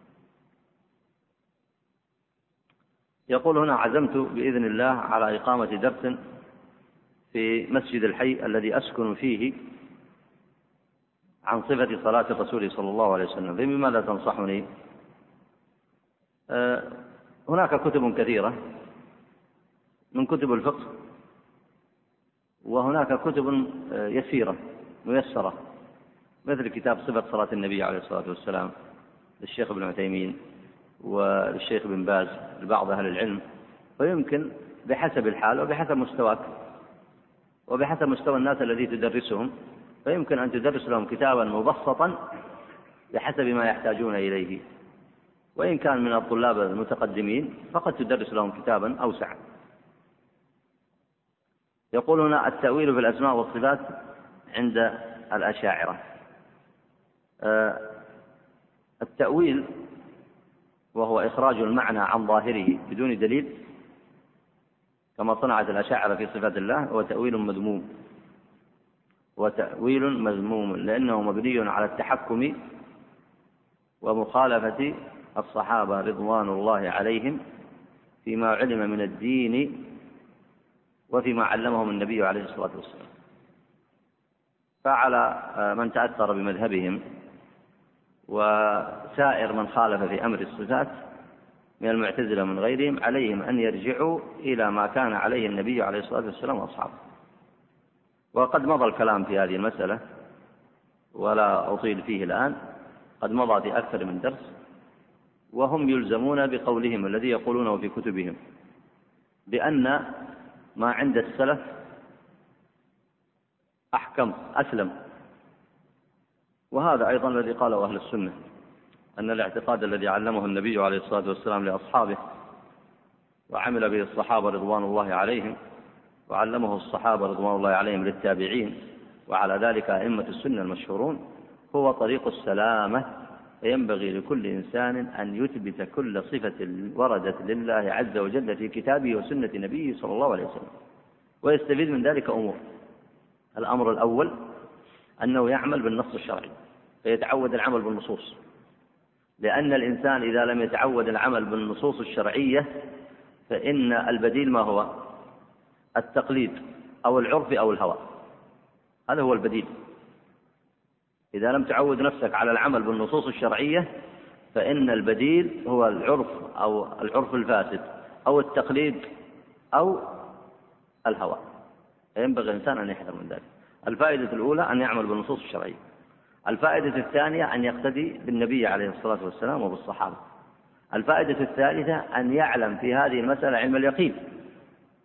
يقول هنا: عزمت بإذن الله على إقامة درس في مسجد الحي الذي أسكن فيه عن صفة صلاة الرسول صلى الله عليه وسلم، فبماذا تنصحني؟ هناك كتب كثيرة من كتب الفقه، وهناك كتب يسيرة ميسرة، مثل كتاب صفة صلاة النبي عليه الصلاة والسلام للشيخ ابن عثيمين وللشيخ بن باز لبعض أهل العلم. ويمكن بحسب الحال وبحسب مستواك وبحسب مستوى الناس الذي تدرسهم، فيمكن أن تدرس لهم كتابا مبسطا بحسب ما يحتاجون إليه. وإن كان من الطلاب المتقدمين فقد تدرس لهم كتابا أوسع. يقول هنا: التأويل في الأسماء والصفات عند الأشاعرة. التأويل وهو إخراج المعنى عن ظاهره بدون دليل، كما صنعت الأشاعرة في صفات الله، هو تأويل مذموم، وتأويل مذموم لأنه مبني على التحكم ومخالفة الصحابة رضوان الله عليهم فيما علم من الدين وفيما علمهم النبي عليه الصلاة والسلام. فعلى من تأثر بمذهبهم وسائر من خالف في أمر الصفات من المعتزلة ومن غيرهم عليهم أن يرجعوا إلى ما كان عليه النبي عليه الصلاة والسلام وأصحابه. وقد مضى الكلام في هذه المسألة ولا أطيل فيه الآن، قد مضى في أكثر من درس، وهم يلزمون بقولهم الذي يقولونه في كتبهم بأن ما عند السلف أحكم أسلم. وهذا أيضا الذي قاله أهل السنة، أن الاعتقاد الذي علمه النبي عليه الصلاة والسلام لأصحابه وعمل به الصحابة رضوان الله عليهم وعلمه الصحابة رضوان الله عليهم للتابعين وعلى ذلك أئمة السنة المشهورون هو طريق السلامة. فينبغي لكل إنسان أن يثبت كل صفة وردت لله عز وجل في كتابه وسنة نبيه صلى الله عليه وسلم، ويستفيد من ذلك أمور. الأمر الأول أنه يعمل بالنص الشرعي، فيتعود العمل بالنصوص، لأن الإنسان إذا لم يتعود العمل بالنصوص الشرعية فإن البديل ما هو؟ التقليد أو العرف أو الهوى. هذا هو البديل. إذا لم تعود نفسك على العمل بالنصوص الشرعية فإن البديل هو العرف أو العرف الفاسد أو التقليد أو الهوى. فينبغي الإنسان أن يحذر من ذلك. الفائدة الأولى أن يعمل بالنصوص الشرعية. الفائدة الثانية أن يقتدي بالنبي عليه الصلاة والسلام وبالصحابة. الفائدة الثالثة أن يعلم في هذه المسألة علم اليقين،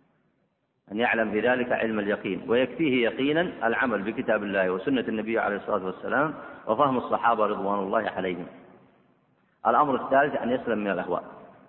أن يعلم بذلك علم اليقين، ويكفيه يقينا العمل بكتاب الله وسنة النبي عليه الصلاة والسلام وفهم الصحابة رضوان الله عليهم. الأمر الثالث أن يسلم من الأهواء.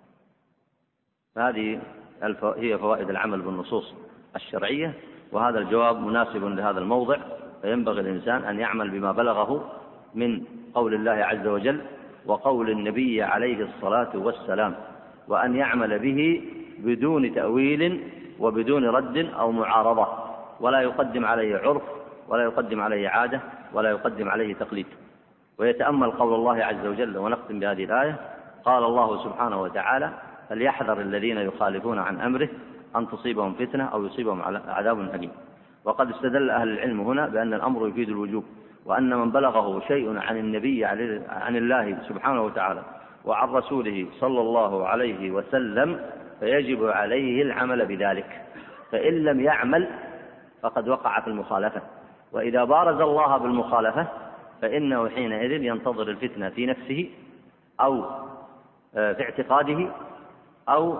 هذه هي فوائد العمل بالنصوص الشرعية، وهذا الجواب مناسب لهذا الموضع. فينبغي الإنسان أن يعمل بما بلغه من قول الله عز وجل وقول النبي عليه الصلاة والسلام، وأن يعمل به بدون تأويل وبدون رد أو معارضة، ولا يقدم عليه عرف ولا يقدم عليه عادة ولا يقدم عليه تقليد. ويتأمل قول الله عز وجل، ونختم بهذه الآية. قال الله سبحانه وتعالى: فليحذر الذين يخالفون عن أمره أن تصيبهم فتنة أو يصيبهم عذاب أليم. وقد استدل أهل العلم هنا بأن الأمر يفيد الوجوب، وأن من بلغه شيء عن النبي عن الله سبحانه وتعالى وعن رسوله صلى الله عليه وسلم فيجب عليه العمل بذلك، فإن لم يعمل فقد وقع في المخالفة. وإذا بارز الله بالمخالفة فإنه حينئذ ينتظر الفتنة في نفسه أو في اعتقاده، أو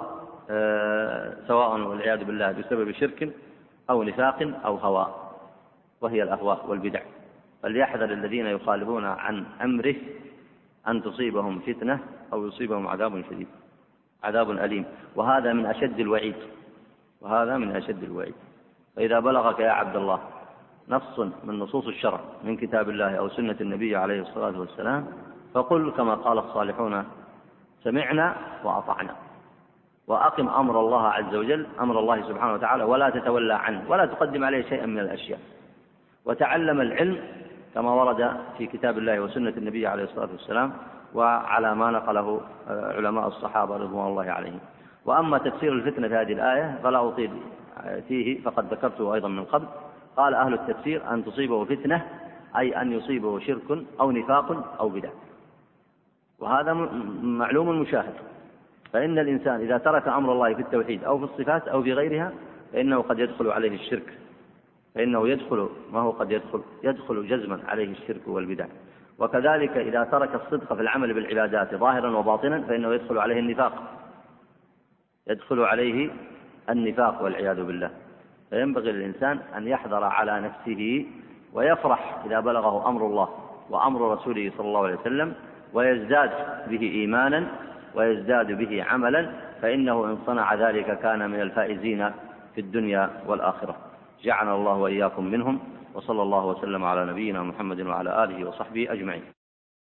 سواء والعياذ بالله بسبب شرك أو نفاق أو هوى، وهي الأهواء والبدع. فليحذر الذين يخالفون عن أمره أن تصيبهم فتنة أو يصيبهم عذاب شديد، عذاب أليم. وهذا من أشد الوعيد، وهذا من أشد الوعيد. فإذا بلغك يا عبد الله نص من نصوص الشرع من كتاب الله أو سنة النبي عليه الصلاة والسلام فقل كما قال الصالحون: سمعنا وأطعنا. وأقم أمر الله عز وجل، أمر الله سبحانه وتعالى، ولا تتولى عنه ولا تقدم عليه شيئا من الأشياء. وتعلم العلم كما ورد في كتاب الله وسنة النبي عليه الصلاة والسلام، وعلى ما نقله علماء الصحابة رضوان الله عليهم. وأما تفسير الفتنة في هذه الآية فلا أطيل فيه، فقد ذكرته أيضا من قبل. قال أهل التفسير: أن تصيبه فتنة أي أن يصيبه شرك أو نفاق أو بدع، وهذا معلوم مشاهد. فإن الإنسان إذا ترك أمر الله في التوحيد أو في الصفات أو في غيرها فإنه قد يدخل عليه الشرك، فإنه يدخل ما هو قد يدخل جزما عليه الشرك والبدع. وكذلك إذا ترك الصدق في العمل بالعبادات ظاهرا وباطنا فإنه يدخل عليه النفاق، يدخل عليه النفاق والعياذ بالله. فينبغي للإنسان أن يحذر على نفسه ويفرح إذا بلغه أمر الله وأمر رسوله صلى الله عليه وسلم، ويزداد به إيمانا ويزداد به عملا، فإنه إن صنع ذلك كان من الفائزين في الدنيا والآخرة. جعلنا الله وإياكم منهم، وصلى الله وسلم على نبينا محمد وعلى آله وصحبه أجمعين.